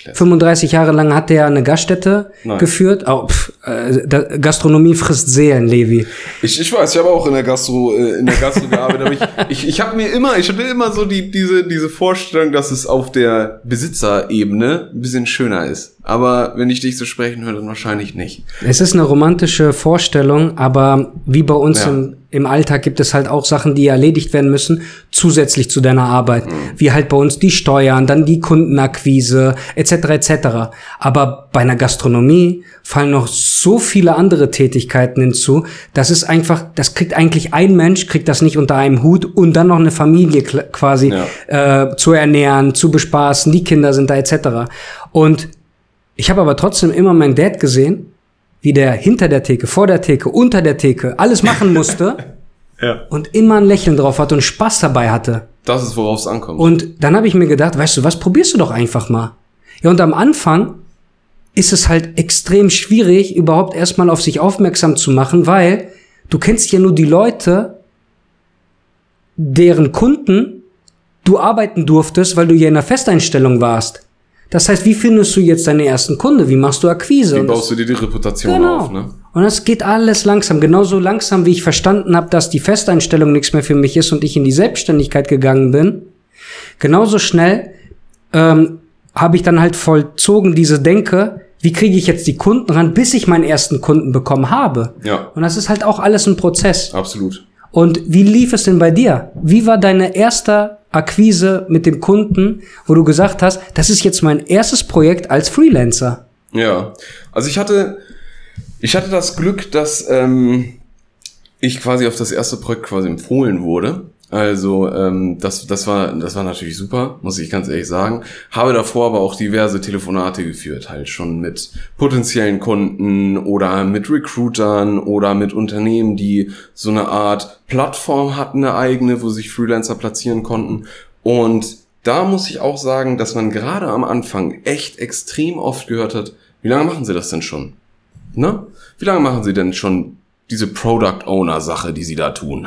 Classic. fünfunddreißig Jahre lang hat der eine Gaststätte Nein. geführt. Oh, pff, äh, Gastronomie frisst Seelen, Levi. Ich, ich weiß, ich habe auch in der Gastro, äh, in der Gastro gearbeitet, aber ich, ich, ich habe mir immer, ich hatte immer so die, diese, diese Vorstellung, dass es auf der Besitzerebene ein bisschen schöner ist. Aber wenn ich dich so sprechen höre, dann wahrscheinlich nicht. Es ist eine romantische Vorstellung, aber wie bei uns ja. im, im Alltag gibt es halt auch Sachen, die erledigt werden müssen, zusätzlich zu deiner Arbeit. Mhm. Wie halt bei uns die Steuern, dann die Kundenakquise, et cetera et cetera. Aber bei einer Gastronomie fallen noch so viele andere Tätigkeiten hinzu. Das ist einfach, das kriegt eigentlich ein Mensch, kriegt das nicht unter einem Hut und dann noch eine Familie quasi ja. äh, zu ernähren, zu bespaßen, die Kinder sind da et cetera. Und ich habe aber trotzdem immer meinen Dad gesehen, wie der hinter der Theke, vor der Theke, unter der Theke alles machen musste ja. und immer ein Lächeln drauf hatte und Spaß dabei hatte. Das ist, worauf es ankommt. Und dann habe ich mir gedacht, weißt du was, probierst du doch einfach mal. Ja, und am Anfang ist es halt extrem schwierig, überhaupt erstmal auf sich aufmerksam zu machen, weil du kennst ja nur die Leute, deren Kunden du arbeiten durftest, weil du ja in einer Festeinstellung warst. Das heißt, wie findest du jetzt deine ersten Kunde? Wie machst du Akquise? Wie baust du dir die Reputation genau. auf, ne? Und das geht alles langsam. Genauso langsam, wie ich verstanden habe, dass die Festeinstellung nichts mehr für mich ist und ich in die Selbstständigkeit gegangen bin. Genauso schnell ähm, habe ich dann halt vollzogen diese Denke, wie kriege ich jetzt die Kunden ran, bis ich meinen ersten Kunden bekommen habe. Ja. Und das ist halt auch alles ein Prozess. Absolut. Und wie lief es denn bei dir? Wie war deine erste Akquise mit dem Kunden, wo du gesagt hast, das ist jetzt mein erstes Projekt als Freelancer? Ja, also ich hatte, ich hatte das Glück, dass ähm, ich quasi auf das erste Projekt quasi empfohlen wurde. Also ähm, das, das war, das war natürlich super, muss ich ganz ehrlich sagen. Habe davor aber auch diverse Telefonate geführt, halt schon mit potenziellen Kunden oder mit Recruitern oder mit Unternehmen, die so eine Art Plattform hatten, eine eigene, wo sich Freelancer platzieren konnten. Und da muss ich auch sagen, dass man gerade am Anfang echt extrem oft gehört hat, wie lange machen Sie das denn schon? Ne? Wie lange machen Sie denn schon diese Product Owner Sache, die Sie da tun?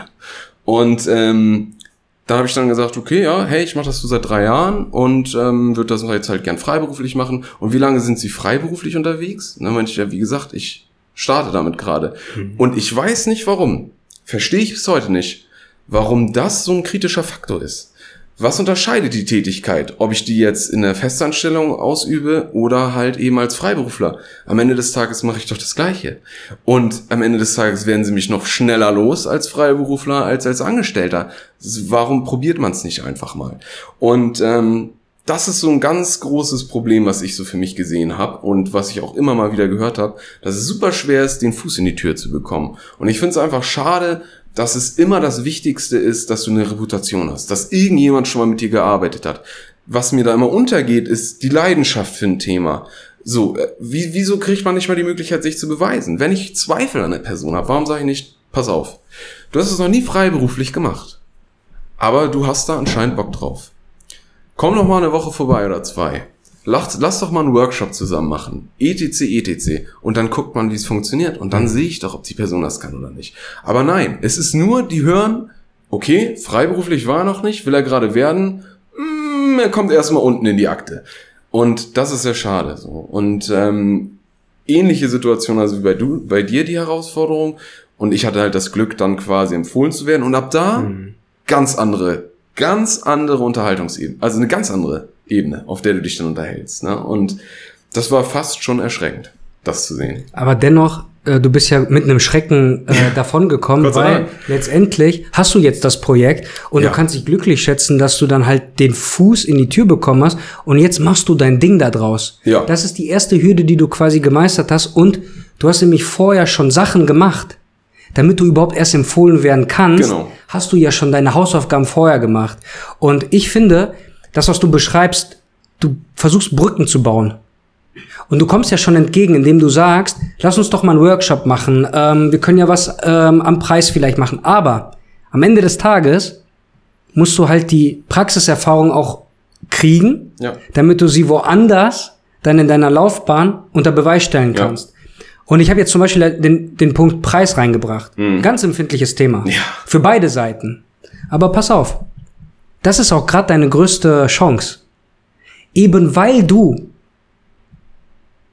Und ähm, da habe ich dann gesagt, okay, ja, hey, ich mache das so seit drei Jahren und ähm, würde das jetzt halt gern freiberuflich machen. Und wie lange sind Sie freiberuflich unterwegs? Und dann meinte ich, ja, wie gesagt, ich starte damit gerade. Mhm. Und ich weiß nicht, warum. Verstehe ich bis heute nicht, warum das so ein kritischer Faktor ist. Was unterscheidet die Tätigkeit, ob ich die jetzt in der Festanstellung ausübe oder halt eben als Freiberufler? Am Ende des Tages mache ich doch das Gleiche. Und am Ende des Tages werden sie mich noch schneller los als Freiberufler, als als Angestellter. Warum probiert man es nicht einfach mal? Und ähm, das ist so ein ganz großes Problem, was ich so für mich gesehen habe und was ich auch immer mal wieder gehört habe, dass es super schwer ist, den Fuß in die Tür zu bekommen. Und ich finde es einfach schade, dass es immer das Wichtigste ist, dass du eine Reputation hast, dass irgendjemand schon mal mit dir gearbeitet hat. Was mir da immer untergeht, ist die Leidenschaft für ein Thema. So, wie, wieso kriegt man nicht mal die Möglichkeit, sich zu beweisen? Wenn ich Zweifel an der Person habe, warum sage ich nicht, pass auf, du hast es noch nie freiberuflich gemacht, aber du hast da anscheinend Bock drauf. Komm noch mal eine Woche vorbei oder zwei. Lass, lass doch mal einen Workshop zusammen machen. etc, et cetera. Und dann guckt man, wie es funktioniert. Und dann sehe ich doch, ob die Person das kann oder nicht. Aber nein, es ist nur, die hören, okay, freiberuflich war er noch nicht, will er gerade werden, mm, er kommt erstmal unten in die Akte. Und das ist sehr schade. So. Und ähm, ähnliche Situation, also wie bei, du, bei dir die Herausforderung. Und ich hatte halt das Glück, dann quasi empfohlen zu werden. Und ab da mhm. ganz andere, ganz andere Unterhaltungsebene. Also eine ganz andere Ebene, auf der du dich dann unterhältst. Ne? Und das war fast schon erschreckend, das zu sehen. Aber dennoch, äh, du bist ja mit einem Schrecken äh, davongekommen, weil letztendlich hast du jetzt das Projekt und ja. du kannst dich glücklich schätzen, dass du dann halt den Fuß in die Tür bekommen hast und jetzt machst du dein Ding da draus. Ja. Das ist die erste Hürde, die du quasi gemeistert hast und du hast nämlich vorher schon Sachen gemacht. Damit du überhaupt erst empfohlen werden kannst, genau. hast du ja schon deine Hausaufgaben vorher gemacht. Und ich finde, das, was du beschreibst, du versuchst Brücken zu bauen. Und du kommst ja schon entgegen, indem du sagst, lass uns doch mal einen Workshop machen. Ähm, wir können ja was ähm, am Preis vielleicht machen. Aber am Ende des Tages musst du halt die Praxiserfahrung auch kriegen, ja. damit du sie woanders dann in deiner Laufbahn unter Beweis stellen kannst. Ja. Und ich habe jetzt zum Beispiel den, den Punkt Preis reingebracht. Mhm. Ganz empfindliches Thema. Ja. Für beide Seiten. Aber pass auf. Das ist auch gerade deine größte Chance. Eben weil du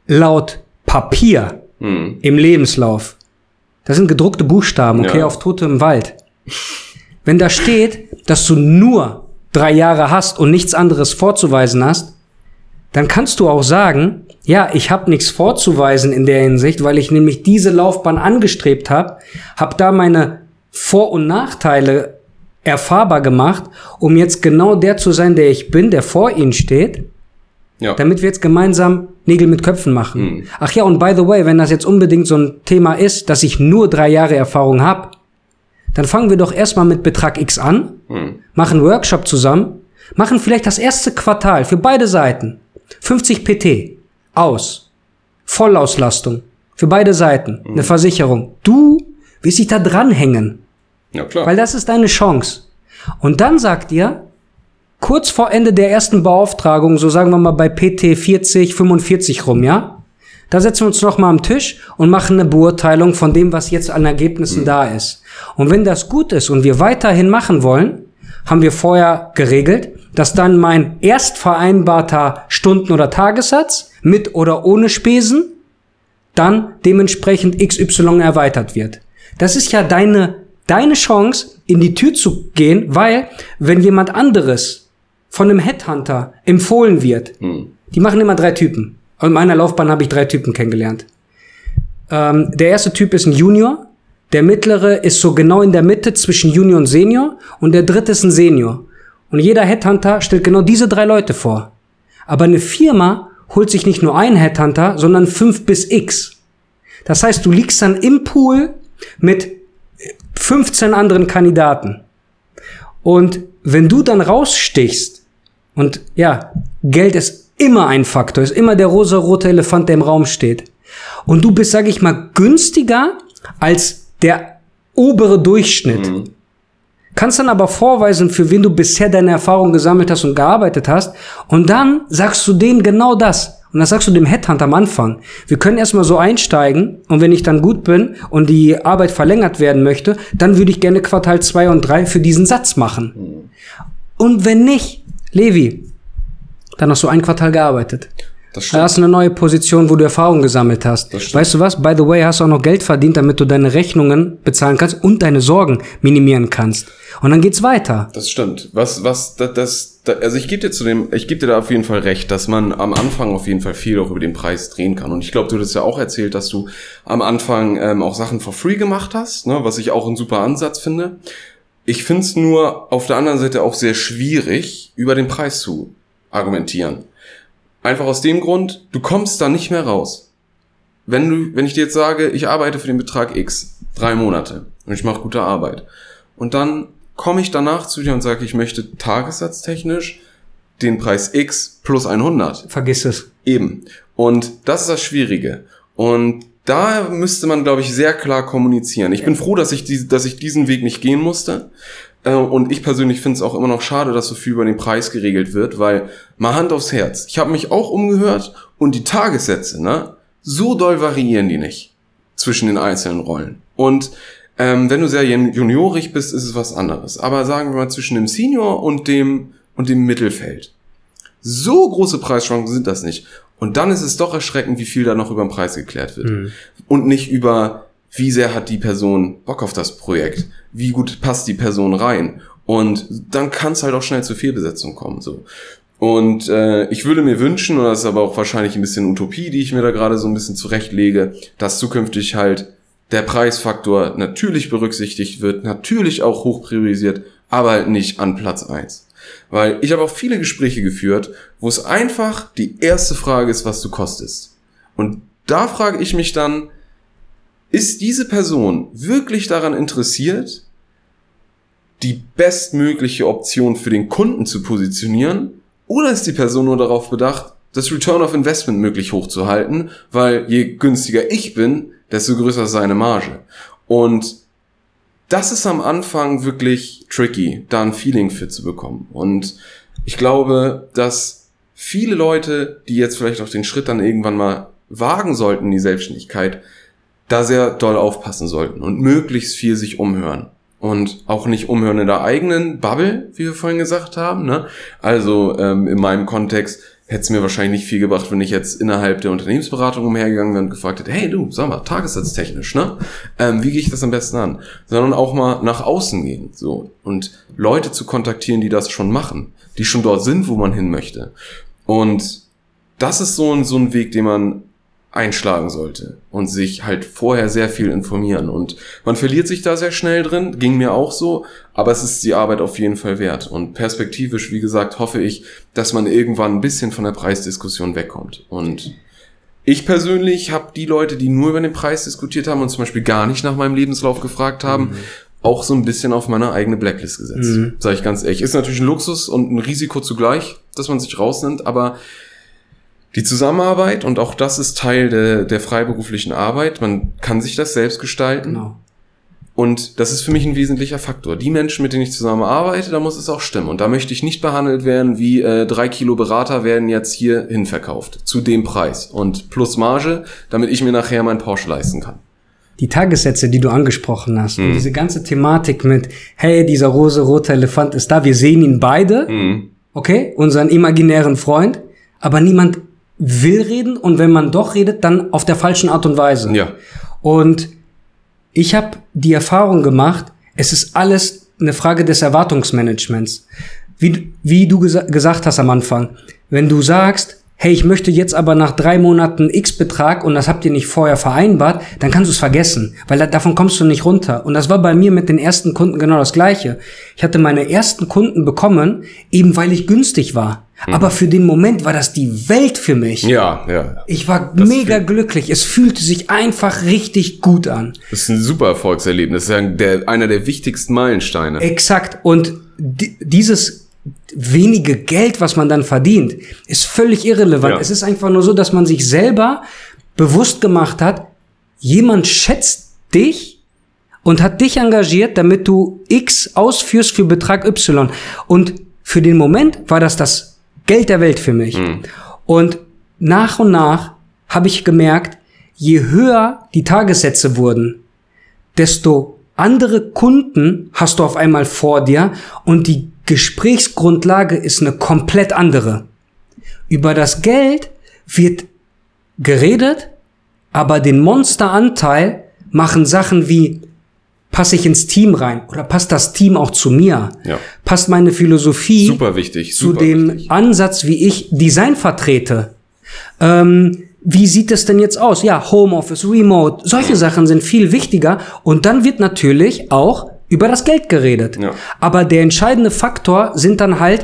laut Papier hm. im Lebenslauf, das sind gedruckte Buchstaben, okay, ja. auf Tote im Wald. Wenn da steht, dass du nur drei Jahre hast und nichts anderes vorzuweisen hast, dann kannst du auch sagen, ja, ich habe nichts vorzuweisen in der Hinsicht, weil ich nämlich diese Laufbahn angestrebt habe, habe da meine Vor- und Nachteile erfahrbar gemacht, um jetzt genau der zu sein, der ich bin, der vor ihnen steht, ja. damit wir jetzt gemeinsam Nägel mit Köpfen machen. Mhm. Ach ja, und by the way, wenn das jetzt unbedingt so ein Thema ist, dass ich nur drei Jahre Erfahrung habe, dann fangen wir doch erstmal mit Betrag X an, mhm. machen einen Workshop zusammen, machen vielleicht das erste Quartal für beide Seiten fünfzig P T aus, Vollauslastung für beide Seiten, mhm. eine Versicherung. Du wirst dich da dranhängen. Ja, klar. Weil das ist deine Chance. Und dann sagt ihr, kurz vor Ende der ersten Beauftragung, so sagen wir mal bei P T vierzig, fünfundvierzig rum, ja? Da setzen wir uns nochmal am Tisch und machen eine Beurteilung von dem, was jetzt an Ergebnissen mhm. da ist. Und wenn das gut ist und wir weiterhin machen wollen, haben wir vorher geregelt, dass dann mein erst vereinbarter Stunden- oder Tagessatz mit oder ohne Spesen dann dementsprechend X Y erweitert wird. Das ist ja deine, deine Chance, in die Tür zu gehen, weil wenn jemand anderes von einem Headhunter empfohlen wird, hm. die machen immer drei Typen. Und in meiner Laufbahn habe ich drei Typen kennengelernt. Ähm, der erste Typ ist ein Junior, der mittlere ist so genau in der Mitte zwischen Junior und Senior und der dritte ist ein Senior. Und jeder Headhunter stellt genau diese drei Leute vor. Aber eine Firma holt sich nicht nur einen Headhunter, sondern fünf bis X. Das heißt, du liegst dann im Pool mit fünfzehn anderen Kandidaten. Und wenn du dann rausstichst, und ja, Geld ist immer ein Faktor, ist immer der rosa-rote Elefant, der im Raum steht. Und du bist, sag ich mal, günstiger als der obere Durchschnitt. Mhm. Kannst dann aber vorweisen, für wen du bisher deine Erfahrung gesammelt hast und gearbeitet hast. Und dann sagst du dem genau das. Und das sagst du dem Headhunter am Anfang. Wir können erstmal so einsteigen. Und wenn ich dann gut bin und die Arbeit verlängert werden möchte, dann würde ich gerne Quartal zwei und drei für diesen Satz machen. Mhm. Und wenn nicht, Levi, dann hast du ein Quartal gearbeitet. Das stimmt. Da hast du eine neue Position, wo du Erfahrung gesammelt hast. Weißt du was? By the way, hast du auch noch Geld verdient, damit du deine Rechnungen bezahlen kannst und deine Sorgen minimieren kannst. Und dann geht's weiter. Das stimmt. Was, was, das, das, das also ich gebe dir zu dem, ich gebe dir da auf jeden Fall recht, dass man am Anfang auf jeden Fall viel auch über den Preis drehen kann. Und ich glaube, du hast ja auch erzählt, dass du am Anfang ähm, auch Sachen for free gemacht hast, ne, was ich auch einen super Ansatz finde. Ich finde es nur auf der anderen Seite auch sehr schwierig, über den Preis zu argumentieren. Einfach aus dem Grund, du kommst da nicht mehr raus. Wenn du, wenn ich dir jetzt sage, ich arbeite für den Betrag X, drei Monate, und ich mache gute Arbeit, und dann komme ich danach zu dir und sage, ich möchte tagessatztechnisch den Preis X plus hundert. Vergiss es. Eben. Und das ist das Schwierige. Und da müsste man, glaube ich, sehr klar kommunizieren. Ich bin froh, dass ich, die, dass ich diesen Weg nicht gehen musste. Und ich persönlich finde es auch immer noch schade, dass so viel über den Preis geregelt wird, weil, mal Hand aufs Herz, ich habe mich auch umgehört und die Tagessätze, ne, so doll variieren die nicht zwischen den einzelnen Rollen. Und ähm, wenn du sehr juniorig bist, ist es was anderes. Aber sagen wir mal zwischen dem Senior und dem und dem Mittelfeld. So große Preisschwankungen sind das nicht. Und dann ist es doch erschreckend, wie viel da noch über den Preis geklärt wird. Mhm. Und nicht über, wie sehr hat die Person Bock auf das Projekt? Wie gut passt die Person rein? Und dann kann es halt auch schnell zu Fehlbesetzung kommen. So. Und äh, ich würde mir wünschen, und das ist aber auch wahrscheinlich ein bisschen Utopie, die ich mir da gerade so ein bisschen zurechtlege, dass zukünftig halt der Preisfaktor natürlich berücksichtigt wird, natürlich auch hoch priorisiert, aber halt nicht an Platz eins. Weil ich habe auch viele Gespräche geführt, wo es einfach die erste Frage ist, was du kostest. Und da frage ich mich dann, ist diese Person wirklich daran interessiert, die bestmögliche Option für den Kunden zu positionieren? Oder ist die Person nur darauf bedacht, das Return of Investment möglich hochzuhalten, weil je günstiger ich bin, desto größer ist seine Marge. Und das ist am Anfang wirklich tricky, da ein Feeling für zu bekommen. Und ich glaube, dass viele Leute, die jetzt vielleicht auch den Schritt dann irgendwann mal wagen sollten in die Selbstständigkeit, da sehr doll aufpassen sollten und möglichst viel sich umhören. Und auch nicht umhören in der eigenen Bubble, wie wir vorhin gesagt haben, ne? Also ähm, in meinem Kontext, hätte es mir wahrscheinlich nicht viel gebracht, wenn ich jetzt innerhalb der Unternehmensberatung umhergegangen wäre und gefragt hätte, hey du, sag mal, tagessatztechnisch, ne? Ähm, wie gehe ich das am besten an? Sondern auch mal nach außen gehen, so. Und Leute zu kontaktieren, die das schon machen, die schon dort sind, wo man hin möchte. Und das ist so ein, so ein Weg, den man einschlagen sollte und sich halt vorher sehr viel informieren. Und man verliert sich da sehr schnell drin, ging mir auch so, aber es ist die Arbeit auf jeden Fall wert. Und perspektivisch, wie gesagt, hoffe ich, dass man irgendwann ein bisschen von der Preisdiskussion wegkommt. Und ich persönlich habe die Leute, die nur über den Preis diskutiert haben und zum Beispiel gar nicht nach meinem Lebenslauf gefragt haben, mhm. auch so ein bisschen auf meine eigene Blacklist gesetzt. Mhm. Sag ich ganz ehrlich. Ist natürlich ein Luxus und ein Risiko zugleich, dass man sich rausnimmt, aber die Zusammenarbeit, und auch das ist Teil der, der freiberuflichen Arbeit, man kann sich das selbst gestalten. Genau. Und das ist für mich ein wesentlicher Faktor. Die Menschen, mit denen ich zusammenarbeite, da muss es auch stimmen. Und da möchte ich nicht behandelt werden wie äh, drei Kilo Berater werden jetzt hier hin verkauft. Zu dem Preis. Und plus Marge, damit ich mir nachher meinen Porsche leisten kann. Die Tagessätze, die du angesprochen hast, hm. und diese ganze Thematik mit, hey, dieser rose-rote Elefant ist da, wir sehen ihn beide, hm. okay, unseren imaginären Freund, aber niemand will reden, und wenn man doch redet, dann auf der falschen Art und Weise. Ja. Und ich habe die Erfahrung gemacht, es ist alles eine Frage des Erwartungsmanagements. Wie, wie du gesa- gesagt hast am Anfang, wenn du sagst, hey, ich möchte jetzt aber nach drei Monaten X-Betrag und das habt ihr nicht vorher vereinbart, dann kannst du es vergessen, weil da, davon kommst du nicht runter. Und das war bei mir mit den ersten Kunden genau das Gleiche. Ich hatte meine ersten Kunden bekommen, eben weil ich günstig war. Mhm. Aber für den Moment war das die Welt für mich. Ja, ja. Ich war das mega glücklich. Es fühlte sich einfach richtig gut an. Das ist ein super Erfolgserlebnis. Das ist ja der, einer der wichtigsten Meilensteine. Exakt. Und di- dieses wenige Geld, was man dann verdient, ist völlig irrelevant. Ja. Es ist einfach nur so, dass man sich selber bewusst gemacht hat, jemand schätzt dich und hat dich engagiert, damit du X ausführst für Betrag Y. Und für den Moment war das das Geld der Welt für mich. Mhm. Und nach und nach habe ich gemerkt, je höher die Tagessätze wurden, desto andere Kunden hast du auf einmal vor dir und die Gesprächsgrundlage ist eine komplett andere. Über das Geld wird geredet, aber den Monsteranteil machen Sachen wie, passe ich ins Team rein oder passt das Team auch zu mir? Ja. Passt meine Philosophie super wichtig, super zu dem wichtig. Ansatz, wie ich Design vertrete? Ähm, wie sieht es denn jetzt aus? Ja, Homeoffice, Remote, solche Sachen sind viel wichtiger. Und dann wird natürlich auch über das Geld geredet. Ja. Aber der entscheidende Faktor sind dann halt,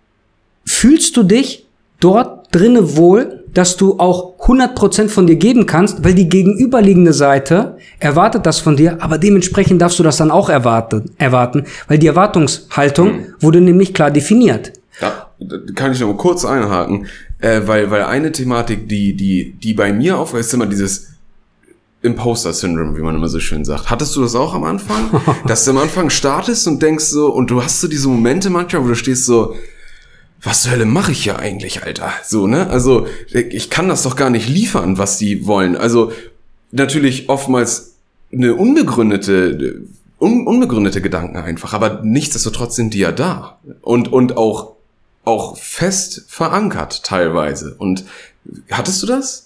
fühlst du dich dort drinne wohl, dass du auch hundert Prozent von dir geben kannst, weil die gegenüberliegende Seite erwartet das von dir, aber dementsprechend darfst du das dann auch erwarten, erwarten, weil die Erwartungshaltung mhm. wurde nämlich klar definiert. Da, da kann ich noch mal kurz einhaken, äh, weil weil eine Thematik, die die die bei mir aufreißt, ist immer dieses Imposter-Syndrom, wie man immer so schön sagt. Hattest du das auch am Anfang? Dass du am Anfang startest und denkst so, und du hast so diese Momente manchmal, wo du stehst so, was zur Hölle mache ich hier eigentlich, Alter? So, ne? Also, ich kann das doch gar nicht liefern, was die wollen. Also, natürlich oftmals eine unbegründete, un, unbegründete Gedanken einfach, aber nichtsdestotrotz sind die ja da. Und, und auch, auch fest verankert teilweise. Und hattest du das?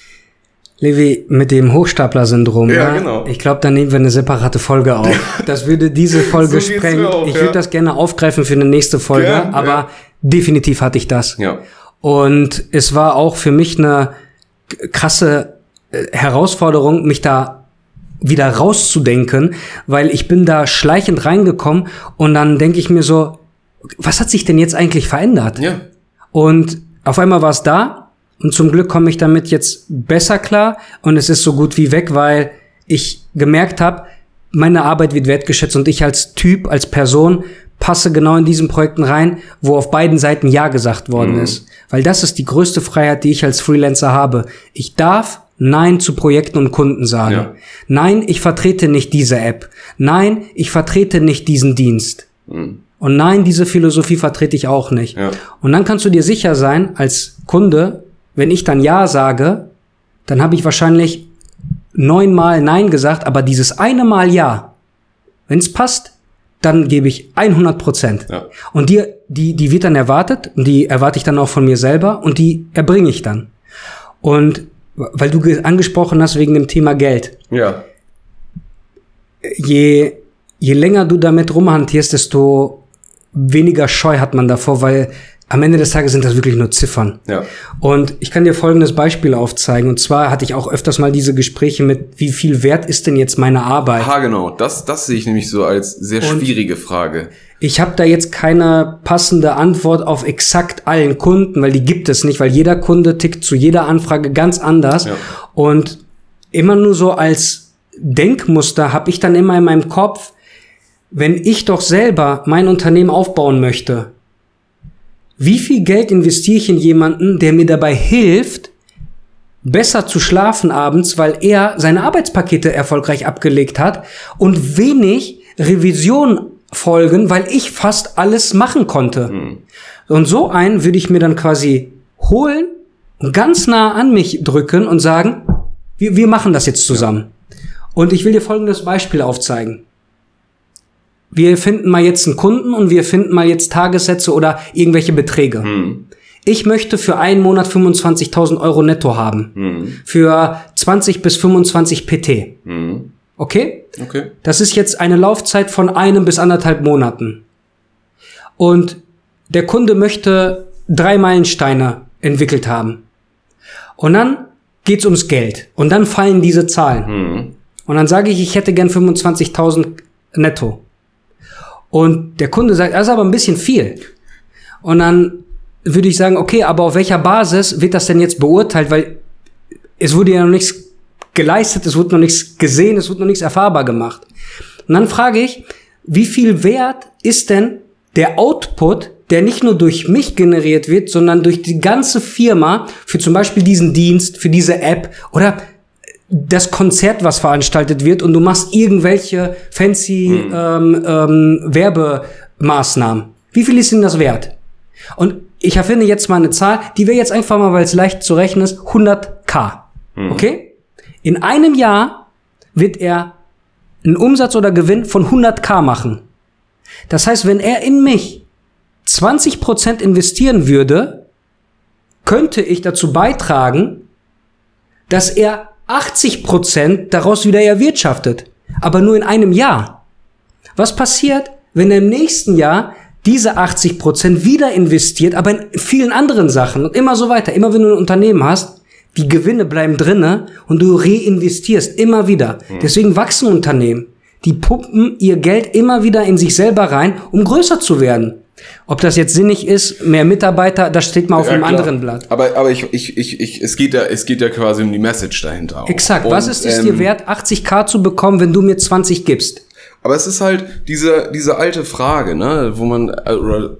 Levi, mit dem Hochstapler-Syndrom, ja, ja, genau. Ich glaube, da nehmen wir eine separate Folge auf. Das würde diese Folge so sprengen. Auch, ich ja. würde das gerne aufgreifen für eine nächste Folge, Gern, aber ja. definitiv hatte ich das. Ja. Und es war auch für mich eine krasse Herausforderung, mich da wieder rauszudenken, weil ich bin da schleichend reingekommen und dann denke ich mir so, was hat sich denn jetzt eigentlich verändert? Ja. Und auf einmal war es da. Und zum Glück komme ich damit jetzt besser klar und es ist so gut wie weg, weil ich gemerkt habe, meine Arbeit wird wertgeschätzt und ich als Typ, als Person passe genau in diesen Projekten rein, wo auf beiden Seiten Ja gesagt worden mhm. ist. Weil das ist die größte Freiheit, die ich als Freelancer habe. Ich darf Nein zu Projekten und Kunden sagen. Ja. Nein, ich vertrete nicht diese App. Nein, ich vertrete nicht diesen Dienst. Mhm. Und nein, diese Philosophie vertrete ich auch nicht. Ja. Und dann kannst du dir sicher sein, als Kunde, wenn ich dann Ja sage, dann habe ich wahrscheinlich neunmal Nein gesagt, aber dieses eine Mal Ja, wenn es passt, dann gebe ich hundert Prozent. Ja. Und die, die, die wird dann erwartet, und die erwarte ich dann auch von mir selber, und die erbringe ich dann. Und weil du angesprochen hast wegen dem Thema Geld. Ja. Je, je länger du damit rumhantierst, desto weniger Scheu hat man davor, weil am Ende des Tages sind das wirklich nur Ziffern. Ja. Und ich kann dir folgendes Beispiel aufzeigen. Und zwar hatte ich auch öfters mal diese Gespräche mit, wie viel wert ist denn jetzt meine Arbeit? Ha, genau. Das, das sehe ich nämlich so als sehr schwierige und Frage. Ich habe da jetzt keine passende Antwort auf exakt allen Kunden, weil die gibt es nicht, weil jeder Kunde tickt zu jeder Anfrage ganz anders. Ja. Und immer nur so als Denkmuster habe ich dann immer in meinem Kopf, wenn ich doch selber mein Unternehmen aufbauen möchte, wie viel Geld investiere ich in jemanden, der mir dabei hilft, besser zu schlafen abends, weil er seine Arbeitspakete erfolgreich abgelegt hat und wenig Revision folgen, weil ich fast alles machen konnte. Mhm. Und so einen würde ich mir dann quasi holen und ganz nah an mich drücken und sagen, wir, wir machen das jetzt zusammen. Ja. Und ich will dir folgendes Beispiel aufzeigen. Wir finden mal jetzt einen Kunden und wir finden mal jetzt Tagessätze oder irgendwelche Beträge. Hm. Ich möchte für einen Monat fünfundzwanzigtausend Euro netto haben. Hm. Für zwanzig bis fünfundzwanzig P T. Hm. Okay? Okay. Das ist jetzt eine Laufzeit von einem bis anderthalb Monaten. Und der Kunde möchte drei Meilensteine entwickelt haben. Und dann geht's ums Geld. Und dann fallen diese Zahlen. Hm. Und dann sage ich, ich hätte gern fünfundzwanzigtausend netto. Und der Kunde sagt, das ist aber ein bisschen viel. Und dann würde ich sagen, okay, aber auf welcher Basis wird das denn jetzt beurteilt? Weil es wurde ja noch nichts geleistet, es wurde noch nichts gesehen, es wurde noch nichts erfahrbar gemacht. Und dann frage ich, wie viel wert ist denn der Output, der nicht nur durch mich generiert wird, sondern durch die ganze Firma für zum Beispiel diesen Dienst, für diese App oder das Konzert, was veranstaltet wird und du machst irgendwelche fancy hm. ähm, ähm, Werbemaßnahmen. Wie viel ist denn das wert? Und ich erfinde jetzt mal eine Zahl, die wäre jetzt einfach mal, weil es leicht zu rechnen ist, hunderttausend. Hm. Okay? In einem Jahr wird er einen Umsatz oder Gewinn von hunderttausend machen. Das heißt, wenn er in mich zwanzig Prozent investieren würde, könnte ich dazu beitragen, dass er achtzig Prozent daraus wieder erwirtschaftet. Aber nur in einem Jahr. Was passiert, wenn er im nächsten Jahr diese achtzig Prozent wieder investiert, aber in vielen anderen Sachen und immer so weiter. Immer wenn du ein Unternehmen hast, die Gewinne bleiben drinne und du reinvestierst immer wieder. Mhm. Deswegen wachsen Unternehmen. Die pumpen ihr Geld immer wieder in sich selber rein, um größer zu werden. Ob das jetzt sinnig ist, mehr Mitarbeiter, das steht mal auf ja, einem klar. anderen Blatt. Aber, aber ich, ich, ich, ich, es geht ja, es geht ja quasi um die Message dahinter auch. Exakt. Und, was ist es ähm, dir wert, achtzigtausend zu bekommen, wenn du mir zwanzig gibst? Aber es ist halt diese, diese alte Frage, ne, wo man, oder,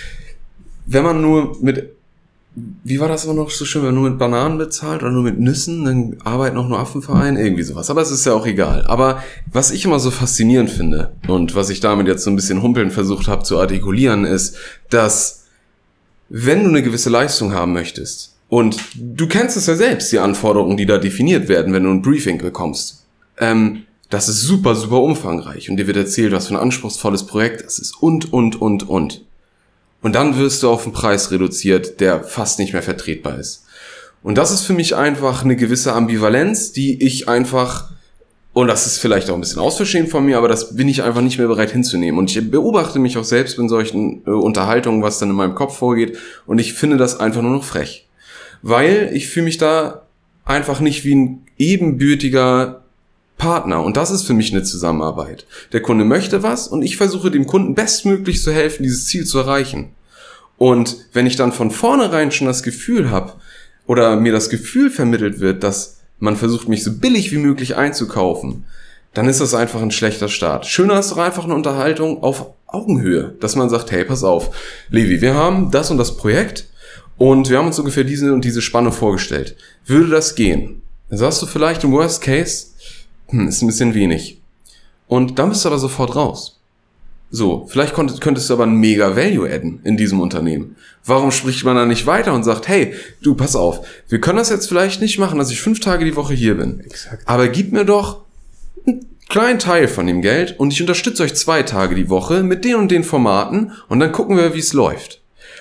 wenn man nur mit, wie war das immer noch so schön, wenn man nur mit Bananen bezahlt oder nur mit Nüssen, dann arbeiten auch nur Affenverein, irgendwie sowas. Aber es ist ja auch egal. Aber was ich immer so faszinierend finde und was ich damit jetzt so ein bisschen humpeln versucht habe zu artikulieren, ist, dass wenn du eine gewisse Leistung haben möchtest und du kennst es ja selbst, die Anforderungen, die da definiert werden, wenn du ein Briefing bekommst, ähm, das ist super, super umfangreich und dir wird erzählt, was für ein anspruchsvolles Projekt das ist und, und, und, und. Und dann wirst du auf einen Preis reduziert, der fast nicht mehr vertretbar ist. Und das ist für mich einfach eine gewisse Ambivalenz, die ich einfach, und das ist vielleicht auch ein bisschen ausverschämt von mir, aber das bin ich einfach nicht mehr bereit hinzunehmen. Und ich beobachte mich auch selbst in solchen äh, Unterhaltungen, was dann in meinem Kopf vorgeht. Und ich finde das einfach nur noch frech. Weil ich fühle mich da einfach nicht wie ein ebenbürtiger Partner. Und das ist für mich eine Zusammenarbeit. Der Kunde möchte was und ich versuche dem Kunden bestmöglich zu helfen, dieses Ziel zu erreichen. Und wenn ich dann von vornherein schon das Gefühl habe oder mir das Gefühl vermittelt wird, dass man versucht, mich so billig wie möglich einzukaufen, dann ist das einfach ein schlechter Start. Schöner ist doch einfach eine Unterhaltung auf Augenhöhe, dass man sagt, hey, pass auf, Levi, wir haben das und das Projekt und wir haben uns ungefähr diese und diese Spanne vorgestellt. Würde das gehen? Dann sagst du vielleicht im Worst Case, hm, ist ein bisschen wenig. Und dann bist du aber sofort raus. So, vielleicht konntest, könntest du aber ein mega Value adden in diesem Unternehmen. Warum spricht man da nicht weiter und sagt, hey, du, pass auf, wir können das jetzt vielleicht nicht machen, dass ich fünf Tage die Woche hier bin. Exakt. Aber gib mir doch einen kleinen Teil von dem Geld und ich unterstütze euch zwei Tage die Woche mit den und den Formaten und dann gucken wir, wie es läuft.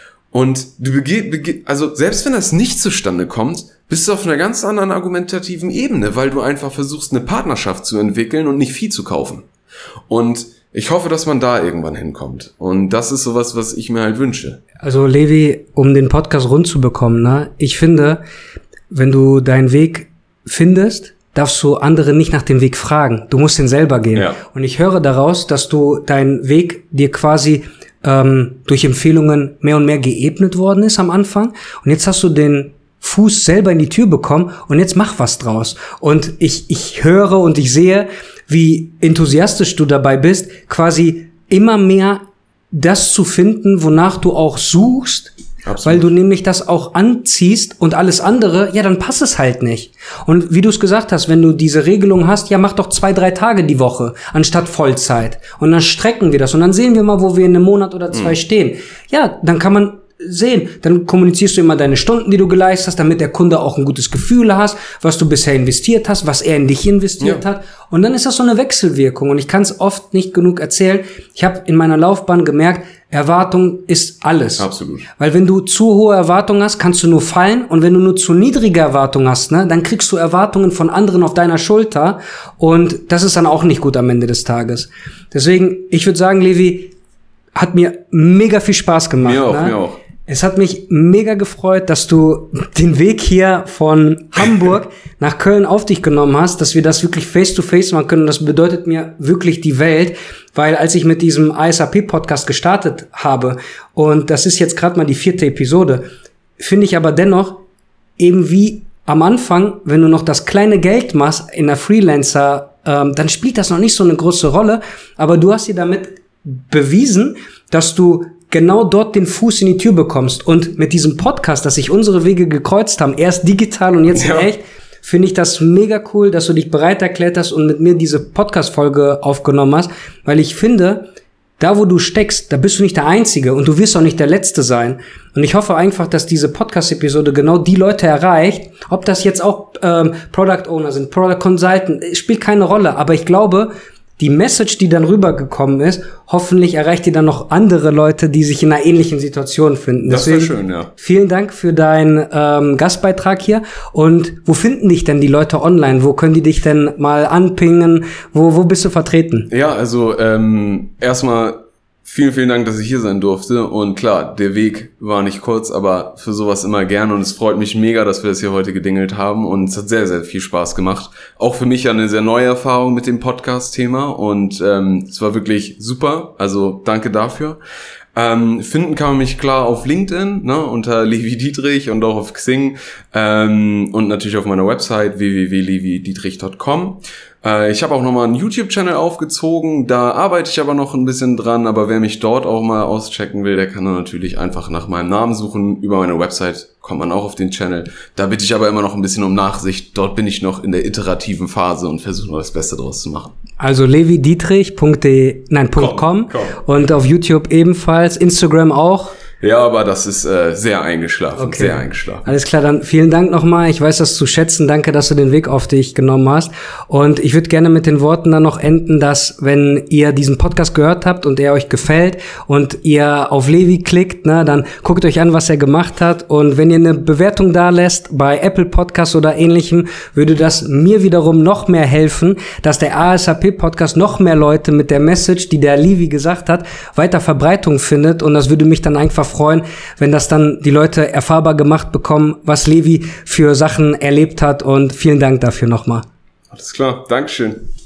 Und du bege- bege- also selbst wenn das nicht zustande kommt, bist du auf einer ganz anderen argumentativen Ebene, weil du einfach versuchst, eine Partnerschaft zu entwickeln und nicht Vieh zu kaufen. Und ich hoffe, dass man da irgendwann hinkommt. Und das ist sowas, was ich mir halt wünsche. Also Levi, um den Podcast rund zu bekommen, ne? Ich finde, wenn du deinen Weg findest, darfst du andere nicht nach dem Weg fragen. Du musst den selber gehen. Ja. Und ich höre daraus, dass du deinen Weg dir quasi ähm, durch Empfehlungen mehr und mehr geebnet worden ist am Anfang. Und jetzt hast du den Fuß selber in die Tür bekommen und jetzt mach was draus. Und ich ich höre und ich sehe, wie enthusiastisch du dabei bist, quasi immer mehr das zu finden, wonach du auch suchst. Absolut. Weil du nämlich das auch anziehst und alles andere, ja, dann passt es halt nicht. Und wie du es gesagt hast, wenn du diese Regelung hast, ja, mach doch zwei, drei Tage die Woche anstatt Vollzeit. Und dann strecken wir das und dann sehen wir mal, wo wir in einem Monat oder zwei mhm. stehen. Ja, dann kann man sehen. Dann kommunizierst du immer deine Stunden, die du geleistet hast, damit der Kunde auch ein gutes Gefühl hast, was du bisher investiert hast, was er in dich investiert ja. hat. Und dann ist das so eine Wechselwirkung. Und ich kann es oft nicht genug erzählen. Ich habe in meiner Laufbahn gemerkt, Erwartung ist alles. Absolut. Weil wenn du zu hohe Erwartungen hast, kannst du nur fallen. Und wenn du nur zu niedrige Erwartungen hast, ne, dann kriegst du Erwartungen von anderen auf deiner Schulter. Und das ist dann auch nicht gut am Ende des Tages. Deswegen, ich würde sagen, Levi, hat mir mega viel Spaß gemacht. Mir auch, ne? mir auch. Es hat mich mega gefreut, dass du den Weg hier von Hamburg nach Köln auf dich genommen hast, dass wir das wirklich face-to-face machen können. Das bedeutet mir wirklich die Welt, weil als ich mit diesem A S A P-Podcast gestartet habe, und das ist jetzt gerade mal die vierte Episode, finde ich aber dennoch eben wie am Anfang, wenn du noch das kleine Geld machst in der Freelancer, ähm, dann spielt das noch nicht so eine große Rolle, aber du hast dir damit bewiesen, dass du genau dort den Fuß in die Tür bekommst. Und mit diesem Podcast, dass sich unsere Wege gekreuzt haben, erst digital und jetzt ja. in echt, finde ich das mega cool, dass du dich bereit erklärt hast und mit mir diese Podcast-Folge aufgenommen hast, weil ich finde, da wo du steckst, da bist du nicht der Einzige und du wirst auch nicht der Letzte sein. Und ich hoffe einfach, dass diese Podcast-Episode genau die Leute erreicht, ob das jetzt auch ähm, Product Owner sind, Product Consultant, spielt keine Rolle, aber ich glaube, die Message, die dann rübergekommen ist, hoffentlich erreicht ihr dann noch andere Leute, die sich in einer ähnlichen Situation finden. Das wäre schön, ja. Vielen Dank für deinen ähm, Gastbeitrag hier. Und wo finden dich denn die Leute online? Wo können die dich denn mal anpingen? Wo, wo bist du vertreten? Ja, also ähm, erstmal vielen, vielen Dank, dass ich hier sein durfte. Und klar, der Weg war nicht kurz, aber für sowas immer gern. Und es freut mich mega, dass wir das hier heute gedingelt haben. Und es hat sehr, sehr viel Spaß gemacht. Auch für mich ja eine sehr neue Erfahrung mit dem Podcast-Thema. Und ähm, es war wirklich super. Also danke dafür. Ähm, finden kann man mich klar auf LinkedIn, ne, unter Levi Dietrich und auch auf Xing. Ähm, und natürlich auf meiner Website w w w punkt levi dietrich punkt com. Ich habe auch nochmal einen YouTube-Channel aufgezogen, da arbeite ich aber noch ein bisschen dran, aber wer mich dort auch mal auschecken will, der kann dann natürlich einfach nach meinem Namen suchen. Über meine Website kommt man auch auf den Channel. Da bitte ich aber immer noch ein bisschen um Nachsicht. Dort bin ich noch in der iterativen Phase und versuche noch das Beste draus zu machen. Also levi dietrich punkt de, nein, .com, com. Und auf YouTube ebenfalls, Instagram auch. Ja, aber das ist äh, sehr eingeschlafen, okay. sehr eingeschlafen. Alles klar, dann vielen Dank nochmal. Ich weiß das zu schätzen. Danke, dass du den Weg auf dich genommen hast. Und ich würde gerne mit den Worten dann noch enden, dass wenn ihr diesen Podcast gehört habt und er euch gefällt und ihr auf Levi klickt, ne, dann guckt euch an, was er gemacht hat. Und wenn ihr eine Bewertung da lässt bei Apple Podcasts oder ähnlichem, würde das mir wiederum noch mehr helfen, dass der A S A P-Podcast noch mehr Leute mit der Message, die der Levi gesagt hat, weiter Verbreitung findet. Und das würde mich dann einfach freuen, wenn das dann die Leute erfahrbar gemacht bekommen, was Levi für Sachen erlebt hat, und vielen Dank dafür nochmal. Alles klar, Dankeschön.